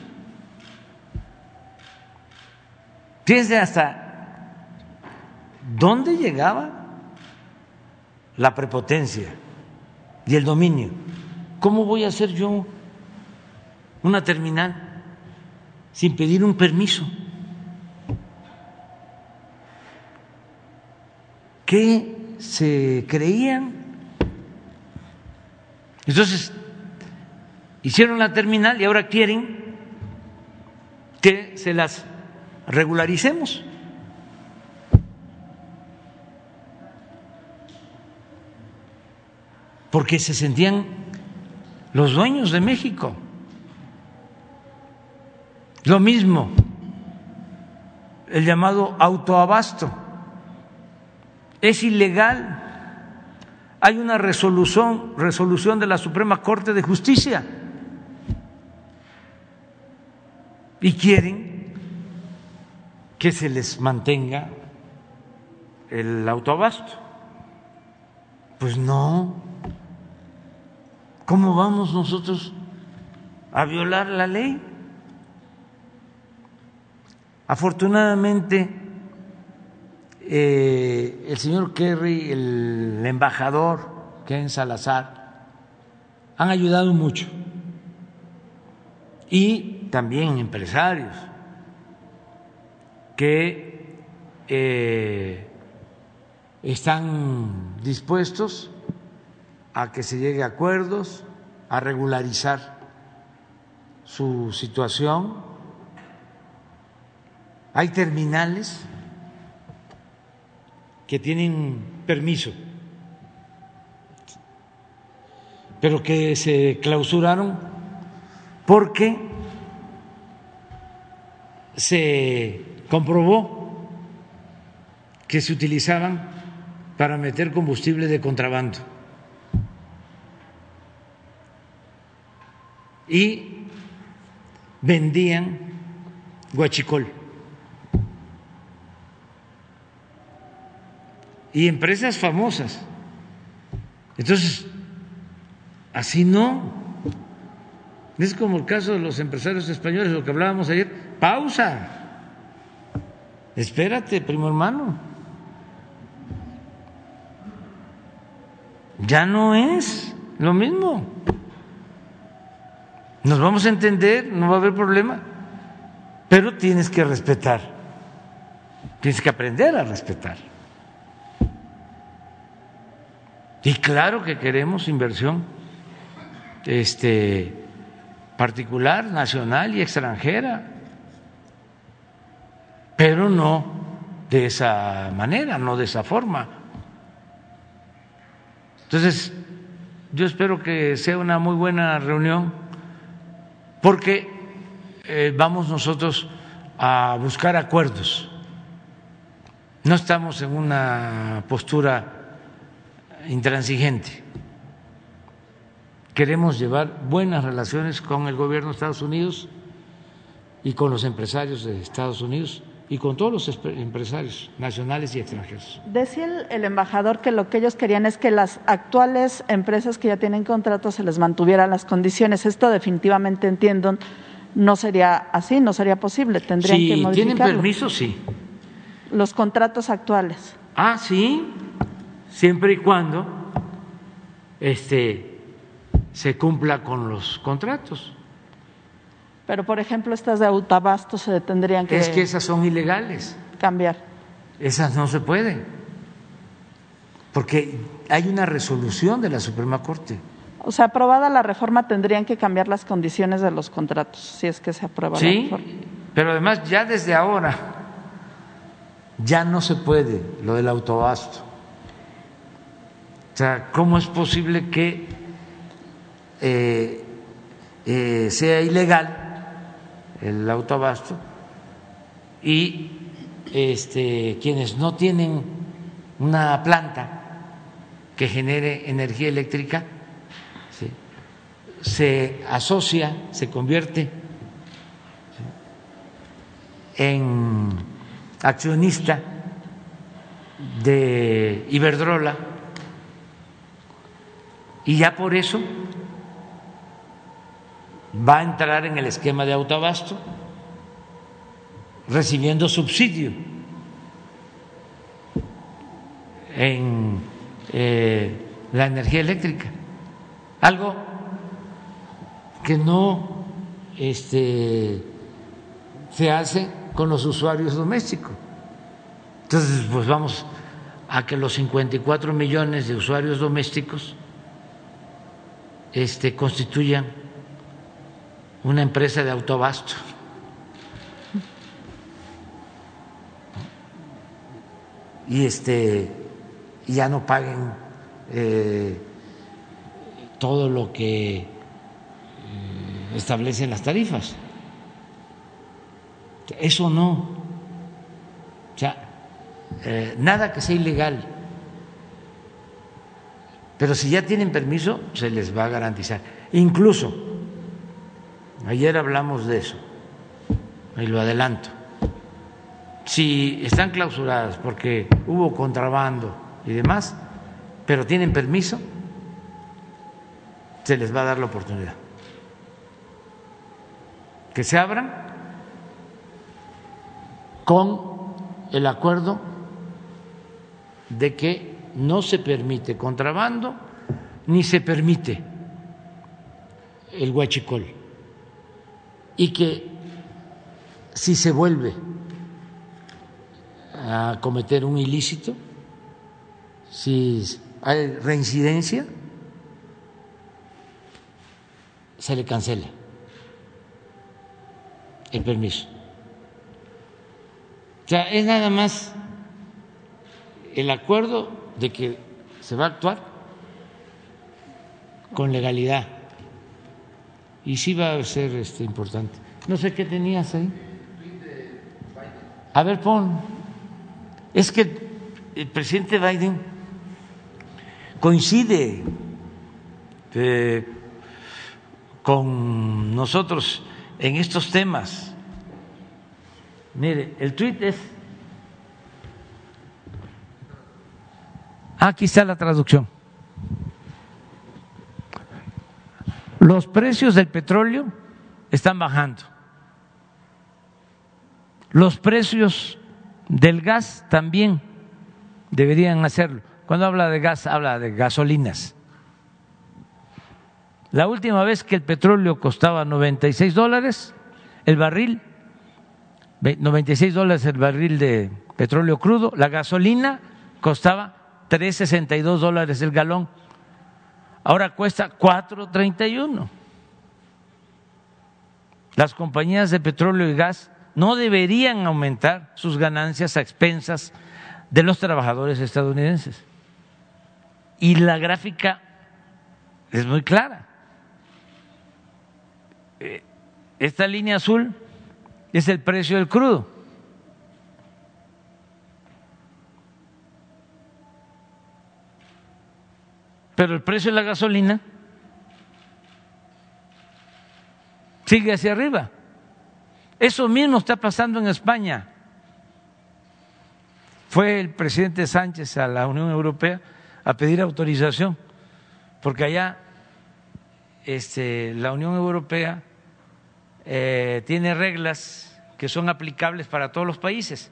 Fíjense hasta dónde llegaba la prepotencia y el dominio. ¿Cómo voy a hacer yo una terminal sin pedir un permiso? ¿Qué se creían? Entonces, hicieron la terminal y ahora quieren que se las regularicemos. Porque se sentían los dueños de México. Lo mismo, el llamado autoabasto. Es ilegal. Hay una resolución, resolución de la Suprema Corte de Justicia y quieren que se les mantenga el autoabasto. Pues no. ¿Cómo vamos nosotros a violar la ley? Afortunadamente, eh, el señor Kerry, el embajador Ken Salazar, han ayudado mucho, y también empresarios que eh, están dispuestos a que se llegue a acuerdos, a regularizar su situación. Hay terminales que tienen permiso, pero que se clausuraron porque se comprobó que se utilizaban para meter combustible de contrabando y vendían huachicol. Y empresas famosas. Entonces, así no. Es como el caso de los empresarios españoles, lo que hablábamos ayer. Pausa. Espérate, primo hermano. Ya no es lo mismo. Nos vamos a entender, no va a haber problema, pero tienes que respetar. Tienes que aprender a respetar. Y claro que queremos inversión este, particular, nacional y extranjera, pero no de esa manera, no de esa forma. Entonces, yo espero que sea una muy buena reunión, porque eh, vamos nosotros a buscar acuerdos. No estamos en una postura intransigente. Queremos llevar buenas relaciones con el gobierno de Estados Unidos y con los empresarios de Estados Unidos y con todos los empresarios nacionales y extranjeros. Decía el, el embajador que lo que ellos querían es que las actuales empresas que ya tienen contratos se les mantuvieran las condiciones. Esto definitivamente, entiendo, no sería así, no sería posible. Tendrían si que modificarlo. ¿Tienen permiso? Sí. Los contratos actuales. Ah, sí, siempre y cuando este, se cumpla con los contratos. Pero, por ejemplo, estas de autoabasto se tendrían que… Es que esas son ilegales. Cambiar. Esas no se pueden, porque hay una resolución de la Suprema Corte. O sea, aprobada la reforma, tendrían que cambiar las condiciones de los contratos, si es que se aprueba sí, la reforma. Sí, pero además ya desde ahora ya no se puede lo del autoabasto. O sea, ¿cómo es posible que eh, eh, sea ilegal el autoabasto y este, quienes no tienen una planta que genere energía eléctrica, ¿sí?, se asocia, se convierte en accionista de Iberdrola y ya por eso va a entrar en el esquema de autoabasto recibiendo subsidio en eh, la energía eléctrica, algo que no este, se hace con los usuarios domésticos. Entonces, pues vamos a que los cincuenta y cuatro millones de usuarios domésticos este, constituyan una empresa de autoabasto. Y este ya no paguen eh, todo lo que eh, establecen las tarifas. Eso no. O sea, eh, nada que sea ilegal. Pero si ya tienen permiso, se les va a garantizar. Incluso, ayer hablamos de eso, y lo adelanto. Si están clausuradas porque hubo contrabando y demás, pero tienen permiso, se les va a dar la oportunidad. Que se abran con el acuerdo de que no se permite contrabando ni se permite el huachicol, y que si se vuelve a cometer un ilícito, si hay reincidencia, se le cancela el permiso. O sea, es nada más el acuerdo de que se va a actuar con legalidad y sí va a ser este, importante. No sé qué tenías ahí. A ver, pon. Es que el presidente Biden coincide eh, con nosotros en estos temas. Mire, el tuit es… Aquí está la traducción. Los precios del petróleo están bajando. Los precios del gas también deberían hacerlo. Cuando habla de gas, habla de gasolinas. La última vez que el petróleo costaba noventa y seis dólares el barril, noventa y seis dólares el barril de petróleo crudo, la gasolina costaba tres sesenta y dos dólares el galón. Ahora cuesta cuatro treinta y uno. Las compañías de petróleo y gas no deberían aumentar sus ganancias a expensas de los trabajadores estadounidenses. Y la gráfica es muy clara. Esta línea azul es el precio del crudo. Pero el precio de la gasolina sigue hacia arriba. Eso mismo está pasando en España. Fue el presidente Sánchez a la Unión Europea a pedir autorización, porque allá este, la Unión Europea eh, tiene reglas que son aplicables para todos los países.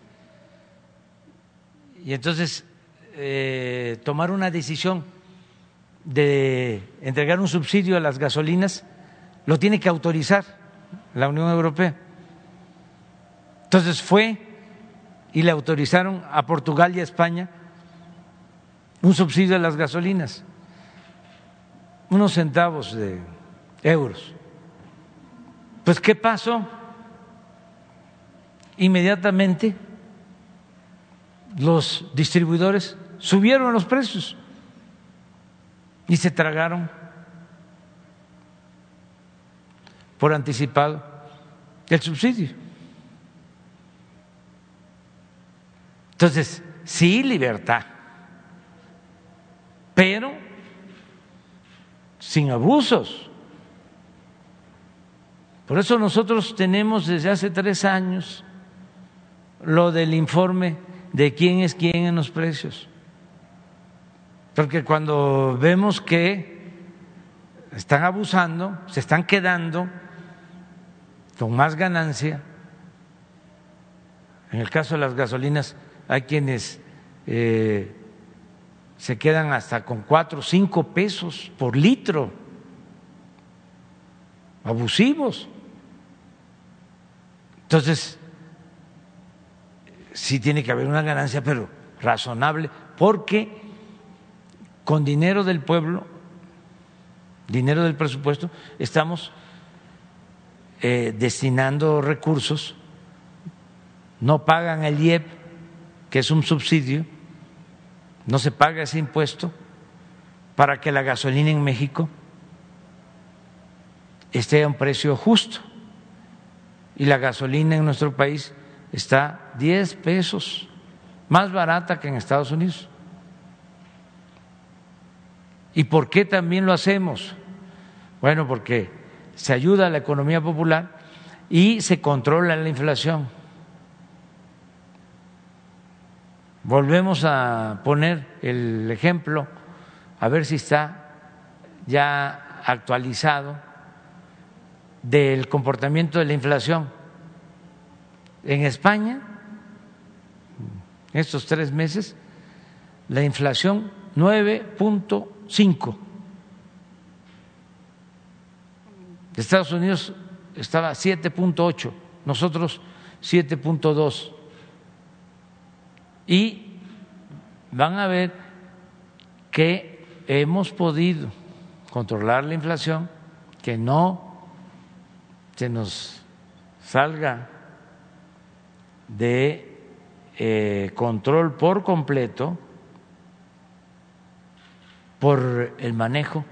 Y entonces eh, tomar una decisión de entregar un subsidio a las gasolinas lo tiene que autorizar la Unión Europea. Entonces fue y le autorizaron a Portugal y a España un subsidio a las gasolinas, unos centavos de euros. Pues ¿qué pasó? Inmediatamente los distribuidores subieron los precios y se tragaron por anticipado el subsidio. Entonces, sí, libertad, pero sin abusos. Por eso nosotros tenemos desde hace tres años lo del informe de quién es quién en los precios. Porque cuando vemos que están abusando, se están quedando con más ganancia, en el caso de las gasolinas hay quienes eh, se quedan hasta con cuatro o cinco pesos por litro, abusivos. Entonces, sí tiene que haber una ganancia, pero razonable, porque con dinero del pueblo, dinero del presupuesto, estamos eh, destinando recursos, no pagan el I E P, que es un subsidio, no se paga ese impuesto para que la gasolina en México esté a un precio justo. Y la gasolina en nuestro país está diez pesos más barata que en Estados Unidos. ¿Y por qué también lo hacemos? Bueno, porque se ayuda a la economía popular y se controla la inflación. Volvemos a poner el ejemplo, a ver si está ya actualizado, del comportamiento de la inflación. En España, estos tres meses, la inflación nueve punto cinco. Estados Unidos estaba siete punto ocho, nosotros siete punto dos. Y van a ver que hemos podido controlar la inflación, que no se nos salga de eh, control por completo por el manejo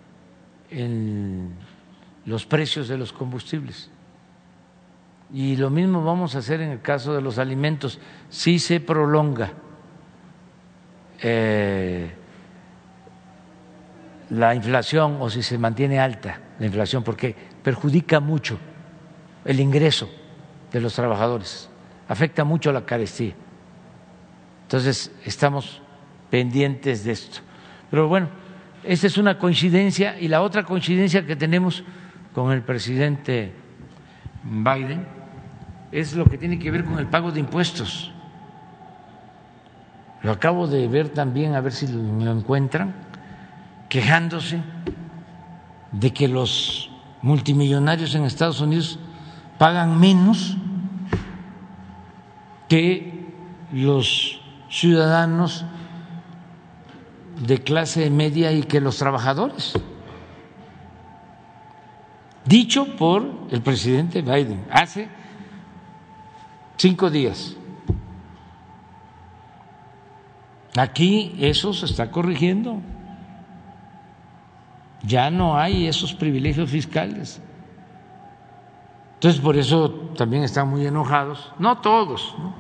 en los precios de los combustibles. Y lo mismo vamos a hacer en el caso de los alimentos. Si se prolonga eh, la inflación o si se mantiene alta la inflación, porque perjudica mucho el ingreso de los trabajadores, afecta mucho la carestía. Entonces, estamos pendientes de esto. Pero bueno, esta es una coincidencia, y la otra coincidencia que tenemos con el presidente Biden es lo que tiene que ver con el pago de impuestos. Lo acabo de ver también, a ver si lo encuentran, quejándose de que los multimillonarios en Estados Unidos pagan menos que los ciudadanos de clase media y que los trabajadores. Dicho por el presidente Biden hace cinco días. Aquí eso se está corrigiendo. Ya no hay esos privilegios fiscales. Entonces, por eso también están muy enojados, no todos, ¿no?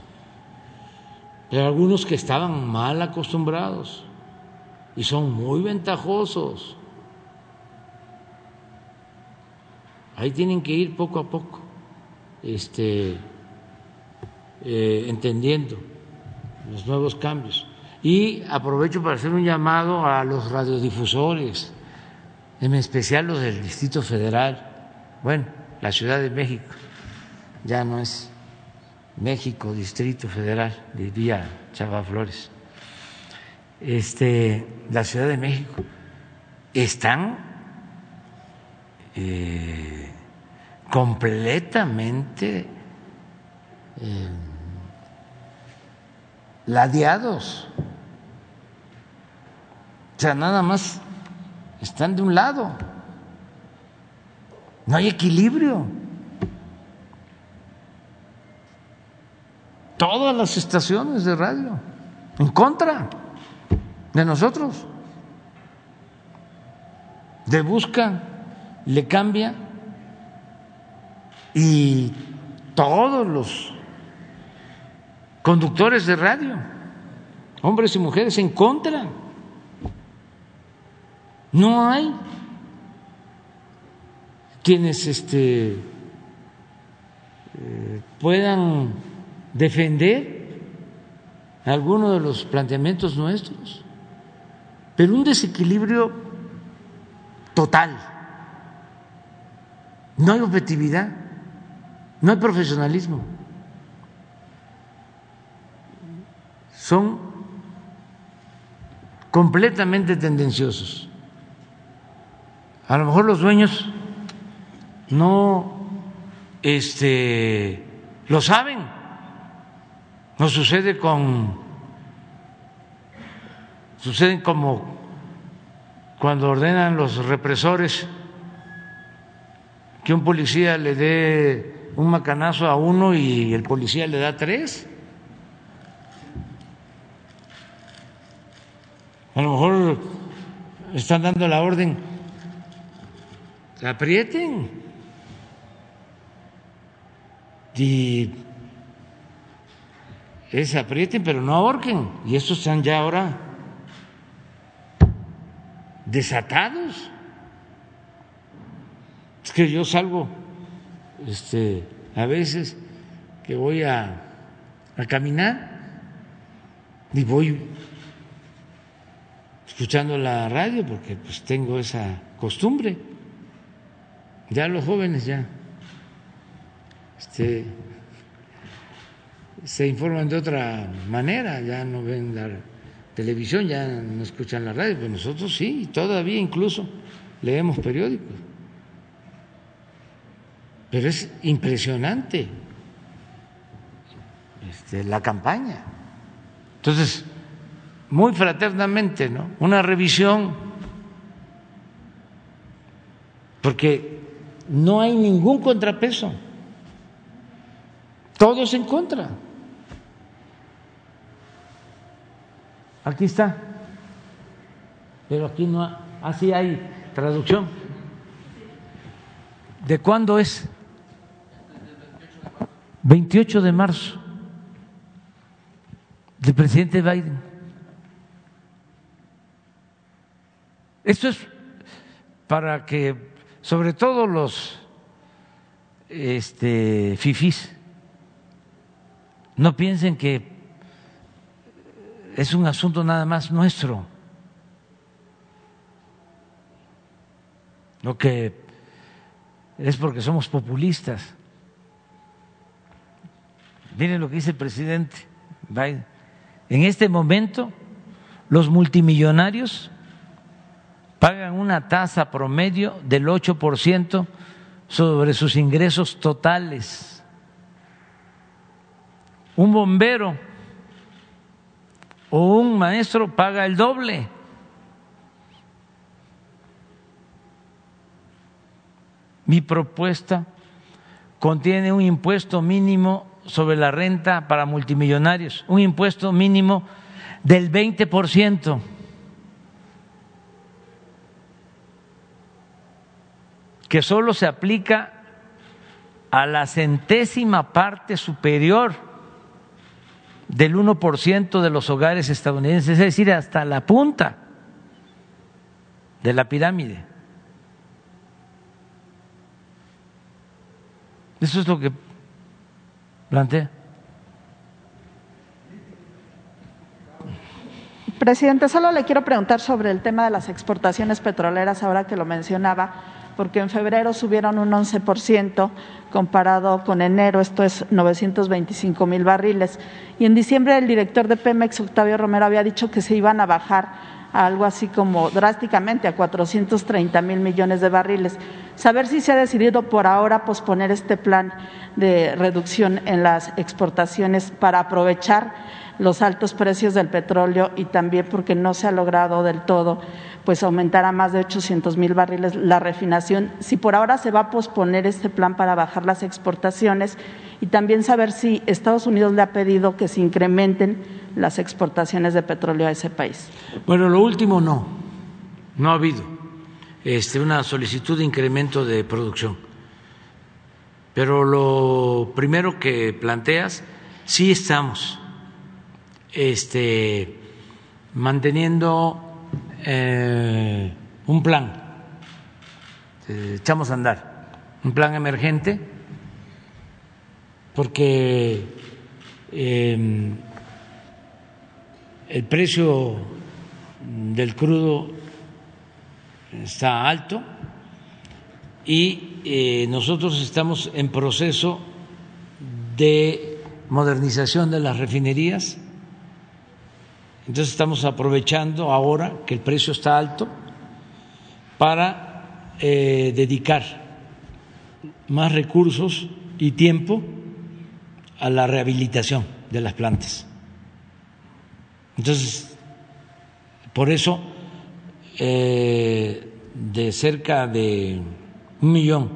Pero algunos que estaban mal acostumbrados y son muy ventajosos. Ahí tienen que ir poco a poco, este, eh, entendiendo los nuevos cambios. Y aprovecho para hacer un llamado a los radiodifusores, en especial los del Distrito Federal. Bueno, la Ciudad de México ya no es México, Distrito Federal, diría Chava Flores. Este, la Ciudad de México están eh, completamente eh, ladeados. O sea, nada más están de un lado. No hay equilibrio. Todas las estaciones de radio en contra de nosotros. Le busca, le cambia, y todos los conductores de radio, hombres y mujeres, en contra. No hay quienes este, eh, puedan defender alguno de los planteamientos nuestros, pero un desequilibrio total. No hay objetividad, no hay profesionalismo. Son completamente tendenciosos. A lo mejor los dueños no este, lo saben. No sucede con suceden como cuando ordenan los represores que un policía le dé un macanazo a uno y el policía le da tres. A lo mejor están dando la orden, aprieten, y es aprieten pero no ahorquen, y estos están ya ahora desatados. Es que yo salgo este, a veces que voy a, a caminar y voy escuchando la radio porque pues tengo esa costumbre. Ya los jóvenes ya este, se informan de otra manera, ya no ven la televisión, ya no escuchan la radio, pero nosotros sí, todavía incluso leemos periódicos. Pero es impresionante este, la campaña Entonces, muy fraternamente, ¿no? Una revisión, porque no hay ningún contrapeso, todos en contra. Aquí está, pero aquí no, ha, así hay traducción. ¿De cuándo es? veintiocho de marzo, del presidente Biden. Esto es para que, sobre todo los este, fifís, no piensen que es un asunto nada más nuestro, lo que es porque somos populistas. Miren lo que dice el presidente Biden. En este momento, los multimillonarios pagan una tasa promedio del ocho por ciento sobre sus ingresos totales. Un bombero o un maestro paga el doble. Mi propuesta contiene un impuesto mínimo sobre la renta para multimillonarios, un impuesto mínimo del veinte por ciento. Que solo se aplica a la centésima parte superior del uno por ciento de los hogares estadounidenses, es decir, hasta la punta de la pirámide. Eso es lo que plantea. Presidente, solo le quiero preguntar sobre el tema de las exportaciones petroleras, ahora que lo mencionaba, porque en febrero subieron un once por ciento comparado con enero, esto es novecientos veinticinco mil barriles. Y en diciembre el director de Pemex, Octavio Romero, había dicho que se iban a bajar a algo así como drásticamente a cuatrocientos treinta mil millones de barriles. Saber si se ha decidido por ahora posponer este plan de reducción en las exportaciones para aprovechar los altos precios del petróleo y también porque no se ha logrado del todo pues aumentar a más de ochocientos mil barriles la refinación, si por ahora se va a posponer este plan para bajar las exportaciones, y también saber si Estados Unidos le ha pedido que se incrementen las exportaciones de petróleo a ese país. Bueno, lo último no, no ha habido este, una solicitud de incremento de producción, pero lo primero que planteas, sí estamos este, manteniendo eh, un plan, eh, echamos a andar, un plan emergente, porque eh, el precio del crudo está alto y eh, nosotros estamos en proceso de modernización de las refinerías. Entonces estamos aprovechando ahora que el precio está alto para eh, dedicar más recursos y tiempo a la rehabilitación de las plantas. Entonces, por eso, eh, de cerca de un millón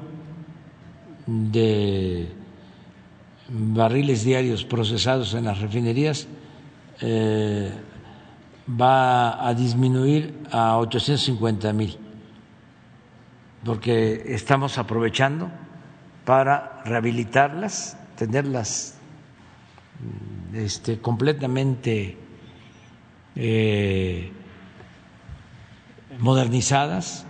de barriles diarios procesados en las refinerías, eh, va a disminuir a ochocientos cincuenta mil, porque estamos aprovechando para rehabilitarlas, tenerlas este, completamente eh, modernizadas,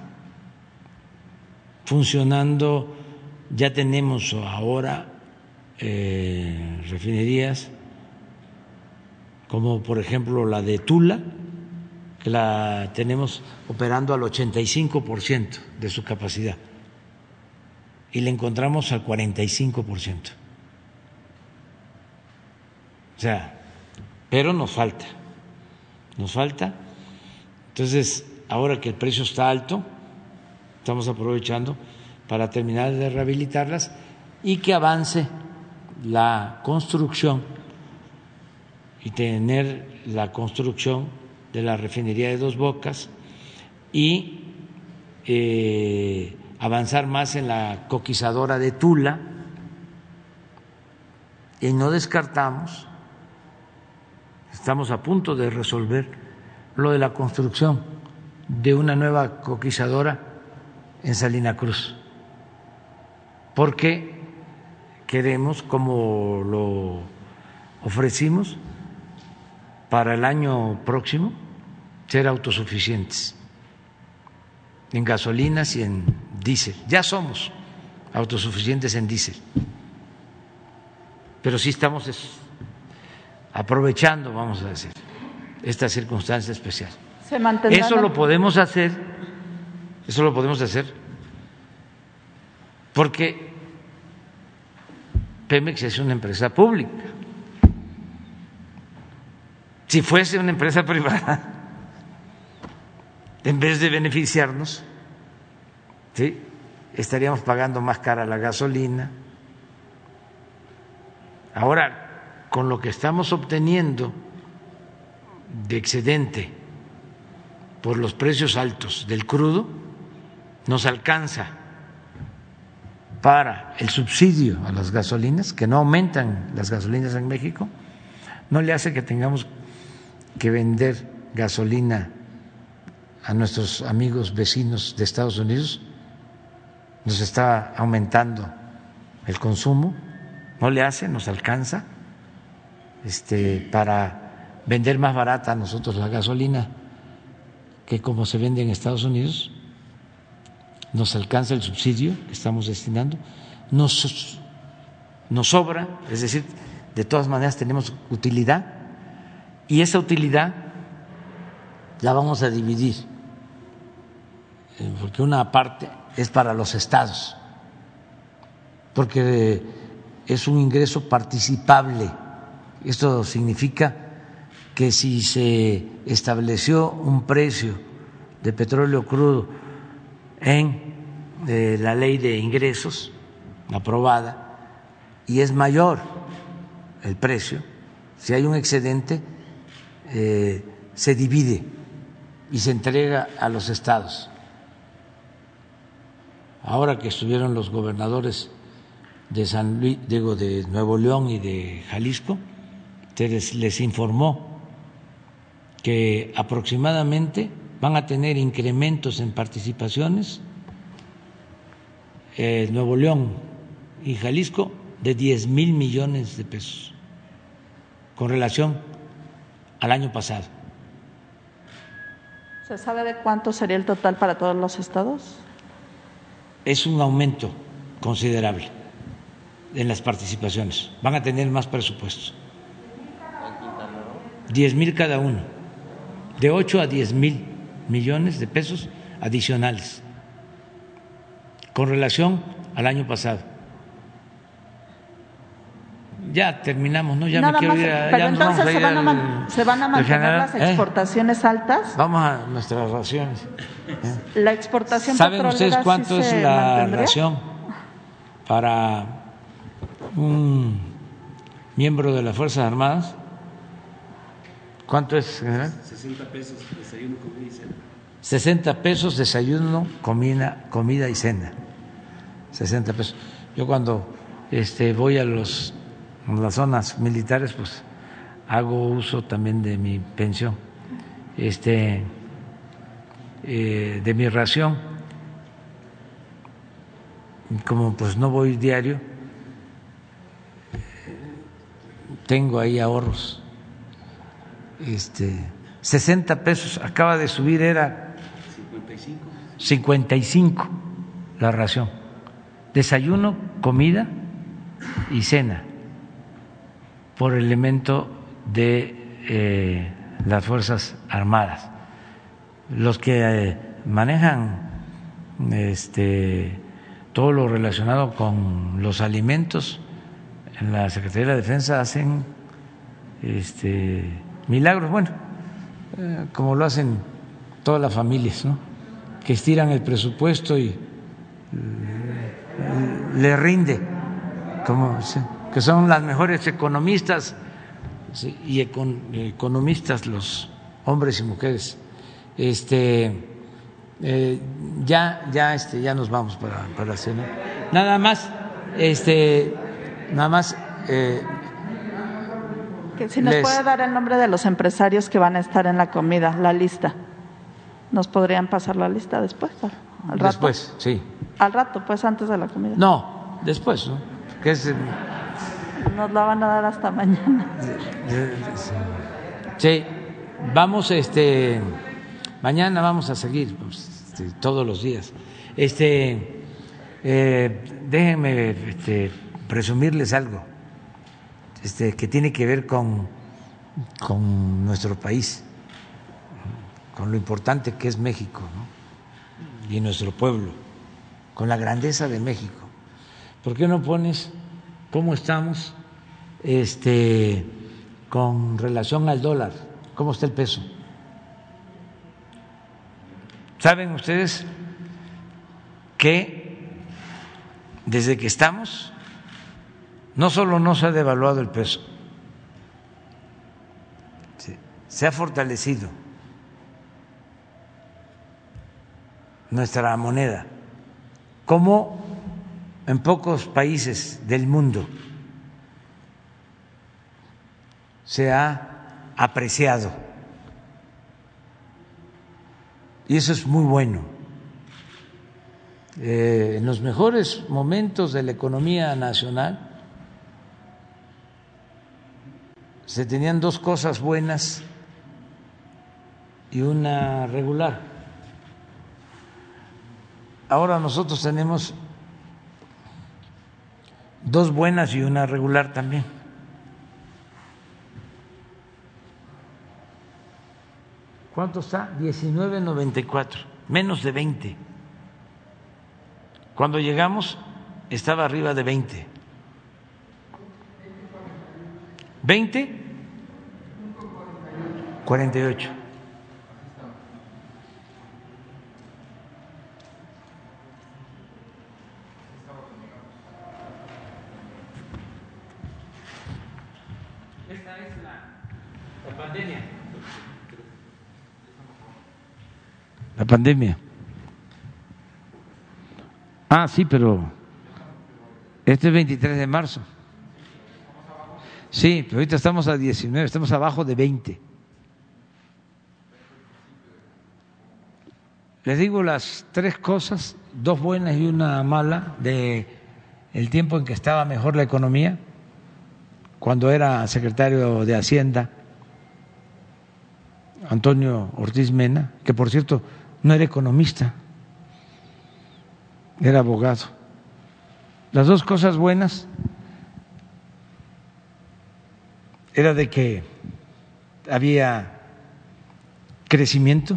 funcionando. Ya tenemos ahora eh, refinerías como por ejemplo la de Tula, que la tenemos operando al ochenta y cinco por ciento de su capacidad y la encontramos al cuarenta y cinco por ciento. O sea, pero nos falta, nos falta. Entonces, ahora que el precio está alto, estamos aprovechando para terminar de rehabilitarlas y que avance la construcción y tener la construcción de la refinería de Dos Bocas y eh, avanzar más en la coquizadora de Tula, y no descartamos, estamos a punto de resolver lo de la construcción de una nueva coquizadora en Salina Cruz, porque queremos, como lo ofrecimos, para el año próximo ser autosuficientes en gasolinas y en diésel. Ya somos autosuficientes en diésel, pero sí estamos aprovechando, vamos a decir, esta circunstancia especial. ¿Se mantendrá Eso la... lo podemos hacer, eso lo podemos hacer porque Pemex es una empresa pública. Si fuese una empresa privada, en vez de beneficiarnos, ¿sí?, estaríamos pagando más cara la gasolina. Ahora, con lo que estamos obteniendo de excedente por los precios altos del crudo, nos alcanza para el subsidio a las gasolinas, que no aumentan las gasolinas en México, no le hace que tengamos que vender gasolina a nuestros amigos vecinos de Estados Unidos. Nos está aumentando el consumo, no le hace, nos alcanza este, para vender más barata a nosotros la gasolina que como se vende en Estados Unidos. Nos alcanza el subsidio que estamos destinando, nos, nos sobra, es decir, de todas maneras tenemos utilidad, y esa utilidad la vamos a dividir, porque una parte es para los estados, porque es un ingreso participable. Esto significa que si se estableció un precio de petróleo crudo en eh, la ley de ingresos aprobada y es mayor el precio, si hay un excedente, eh, se divide y se entrega a los estados. Ahora que estuvieron los gobernadores de San Luis, digo, de Nuevo León y de Jalisco, se les, les informó que aproximadamente van a tener incrementos en participaciones eh, Nuevo León y Jalisco de diez mil millones de pesos con relación al año pasado. ¿Se sabe de cuánto sería el total para todos los estados? Es un aumento considerable en las participaciones. Van a tener más presupuestos. diez mil cada uno, de ocho a diez mil millones de pesos adicionales con relación al año pasado. Ya terminamos, ¿no? Ya Nada me quiero más, ir a, pero ya nos entonces vamos a se ir van a, al- man- se van a al mantener general. las ¿Eh? exportaciones altas. Vamos a nuestras raciones. ¿eh? La exportación ¿Saben petrolera ustedes sí cuánto es se la mantendría? ración para un miembro de las Fuerzas Armadas? ¿Cuánto es, general? sesenta pesos, desayuno, comida y cena. sesenta pesos desayuno, comida, comida y cena. sesenta pesos. Yo cuando este, voy a los a las zonas militares, pues hago uso también de mi pensión, este, eh, de mi ración. Como pues no voy diario, tengo ahí ahorros. Este, sesenta pesos, acaba de subir, era cincuenta y cinco. cincuenta y cinco la ración. Desayuno, comida y cena por elemento de eh, las Fuerzas Armadas. Los que eh, manejan este, todo lo relacionado con los alimentos en la Secretaría de la Defensa hacen este, milagros, bueno, eh, como lo hacen todas las familias, ¿no? Que estiran el presupuesto y le rinde, como que son las mejores economistas sí, y econ, economistas, los hombres y mujeres. Este, eh, ya, ya, este, ya nos vamos para, para cenar. Nada más, este, nada más. Eh, que si nos les... puede dar el nombre de los empresarios que van a estar en la comida, la lista. ¿Nos podrían pasar la lista después? ¿Al rato? Después, sí. Al rato, pues antes de la comida. No, después, ¿no? Que es, nos la van a dar hasta mañana. Sí, vamos, este, mañana vamos a seguir pues, este, todos los días. Este, eh, déjenme este, presumirles algo, este, que tiene que ver con, con nuestro país, con lo importante que es México, ¿no? Y nuestro pueblo, con la grandeza de México. ¿Por qué no pones cómo estamos este, con relación al dólar? ¿Cómo está el peso? ¿Saben ustedes que desde que estamos no solo no se ha devaluado el peso, se ha fortalecido nuestra moneda, como en pocos países del mundo se ha apreciado, y eso es muy bueno. Eh, en los mejores momentos de la economía nacional se tenían dos cosas buenas y una regular. Ahora nosotros tenemos dos buenas y una regular también. ¿Cuánto está? diecinueve noventa y cuatro, menos de veinte. Cuando llegamos estaba arriba de veinte. ¿veinte? cuarenta y ocho. Esta es la, la pandemia. La pandemia. Ah, sí, pero este es veintitrés de marzo. Sí, pero ahorita estamos a diecinueve, estamos abajo de veinte. Les digo las tres cosas, dos buenas y una mala, de el tiempo en que estaba mejor la economía, cuando era secretario de Hacienda Antonio Ortiz Mena, que por cierto no era economista, era abogado. Las dos cosas buenas era de que había crecimiento,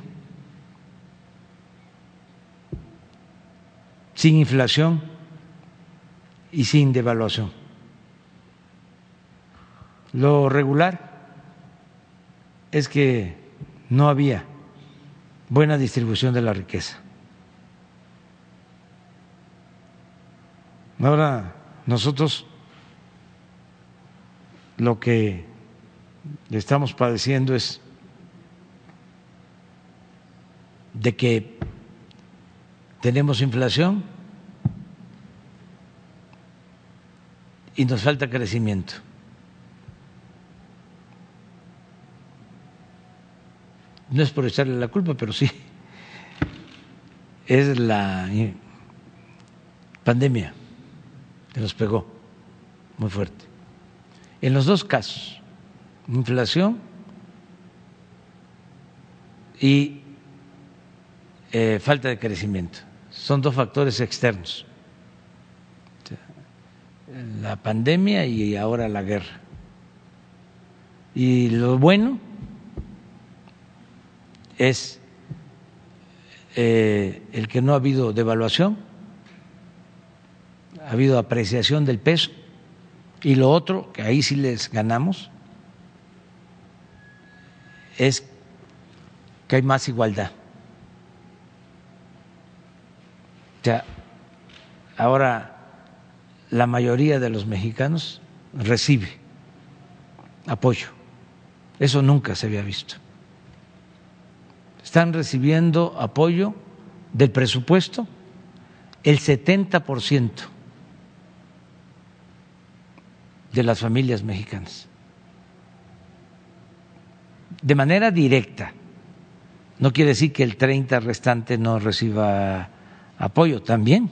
sin inflación y sin devaluación. Lo regular es que no había buena distribución de la riqueza. Ahora nosotros lo que estamos padeciendo es de que tenemos inflación y nos falta crecimiento. No es por echarle la culpa, pero sí es la pandemia que nos pegó muy fuerte. En los dos casos, inflación y eh, falta de crecimiento. Son dos factores externos, la pandemia y ahora la guerra. Y lo bueno es eh, el que no ha habido devaluación, ha habido apreciación del peso, y lo otro, que ahí sí les ganamos, es que hay más igualdad. O sea, ahora la mayoría de los mexicanos recibe apoyo Eso nunca se había visto. Están recibiendo apoyo del presupuesto el setenta por ciento de las familias mexicanas, de manera directa. No quiere decir que el treinta restante no reciba apoyo, también,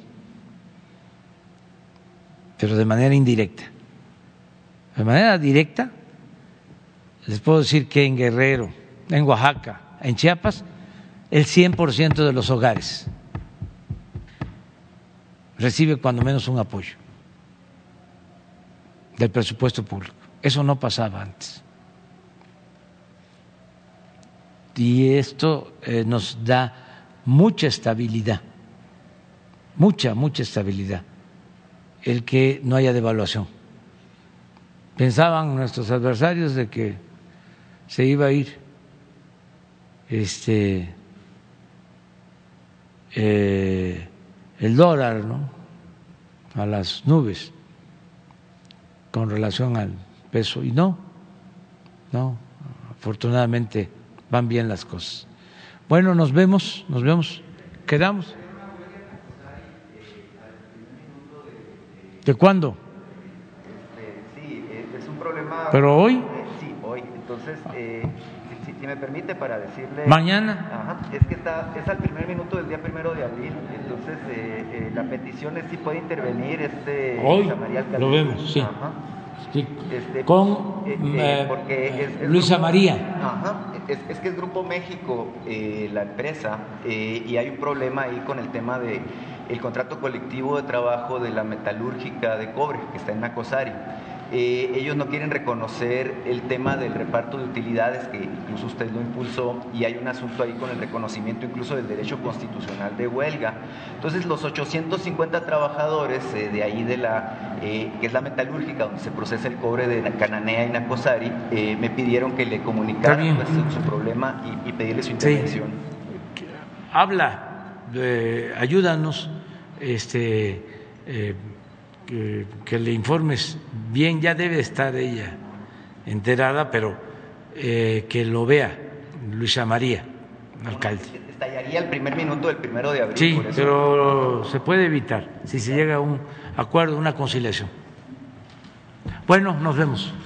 pero de manera indirecta. De manera directa, les puedo decir que en Guerrero, en Oaxaca, en Chiapas, el cien por ciento de los hogares recibe cuando menos un apoyo del presupuesto público. Eso no pasaba antes. Y esto eh, nos da mucha estabilidad, mucha, mucha estabilidad, el que no haya devaluación. Pensaban nuestros adversarios de que se iba a ir este eh, el dólar, ¿no?, a las nubes con relación al peso, y no, no, afortunadamente van bien las cosas. Bueno, nos vemos, nos vemos, quedamos. ¿De cuándo? Este, sí, es un problema. ¿Pero hoy? Eh, sí, hoy. Entonces, eh, si, si me permite para decirle. ¿Mañana? Ajá, es que está, es al primer minuto del día primero de abril. Entonces, eh, eh, la petición es si puede intervenir este. Hoy María Alcalde. lo vemos, sí. Ajá. Sí. Este, con eh, eh, porque es, es Luisa grupo, María. Ajá, es, es que es Grupo México, eh, la empresa, eh, y hay un problema ahí con el tema de el contrato colectivo de trabajo de la metalúrgica de cobre que está en Nacosari. Eh, ellos no quieren reconocer el tema del reparto de utilidades, que incluso usted lo impulsó, y hay un asunto ahí con el reconocimiento incluso del derecho constitucional de huelga. Entonces, los ochocientos cincuenta trabajadores eh, de ahí, de la eh, que es la metalúrgica, donde se procesa el cobre de Cananea y Nacosari, eh, me pidieron que le comunicara pues, su, su problema y, y pedirle su intervención. Sí. Habla, eh, ayúdanos, este... Eh, Que, que le informes bien, ya debe estar ella enterada, pero eh, que lo vea Luisa María, alcalde. Estallaría el primer minuto del primero de abril. Sí, por eso. pero se puede evitar si se llega a un acuerdo, una conciliación. Bueno, nos vemos.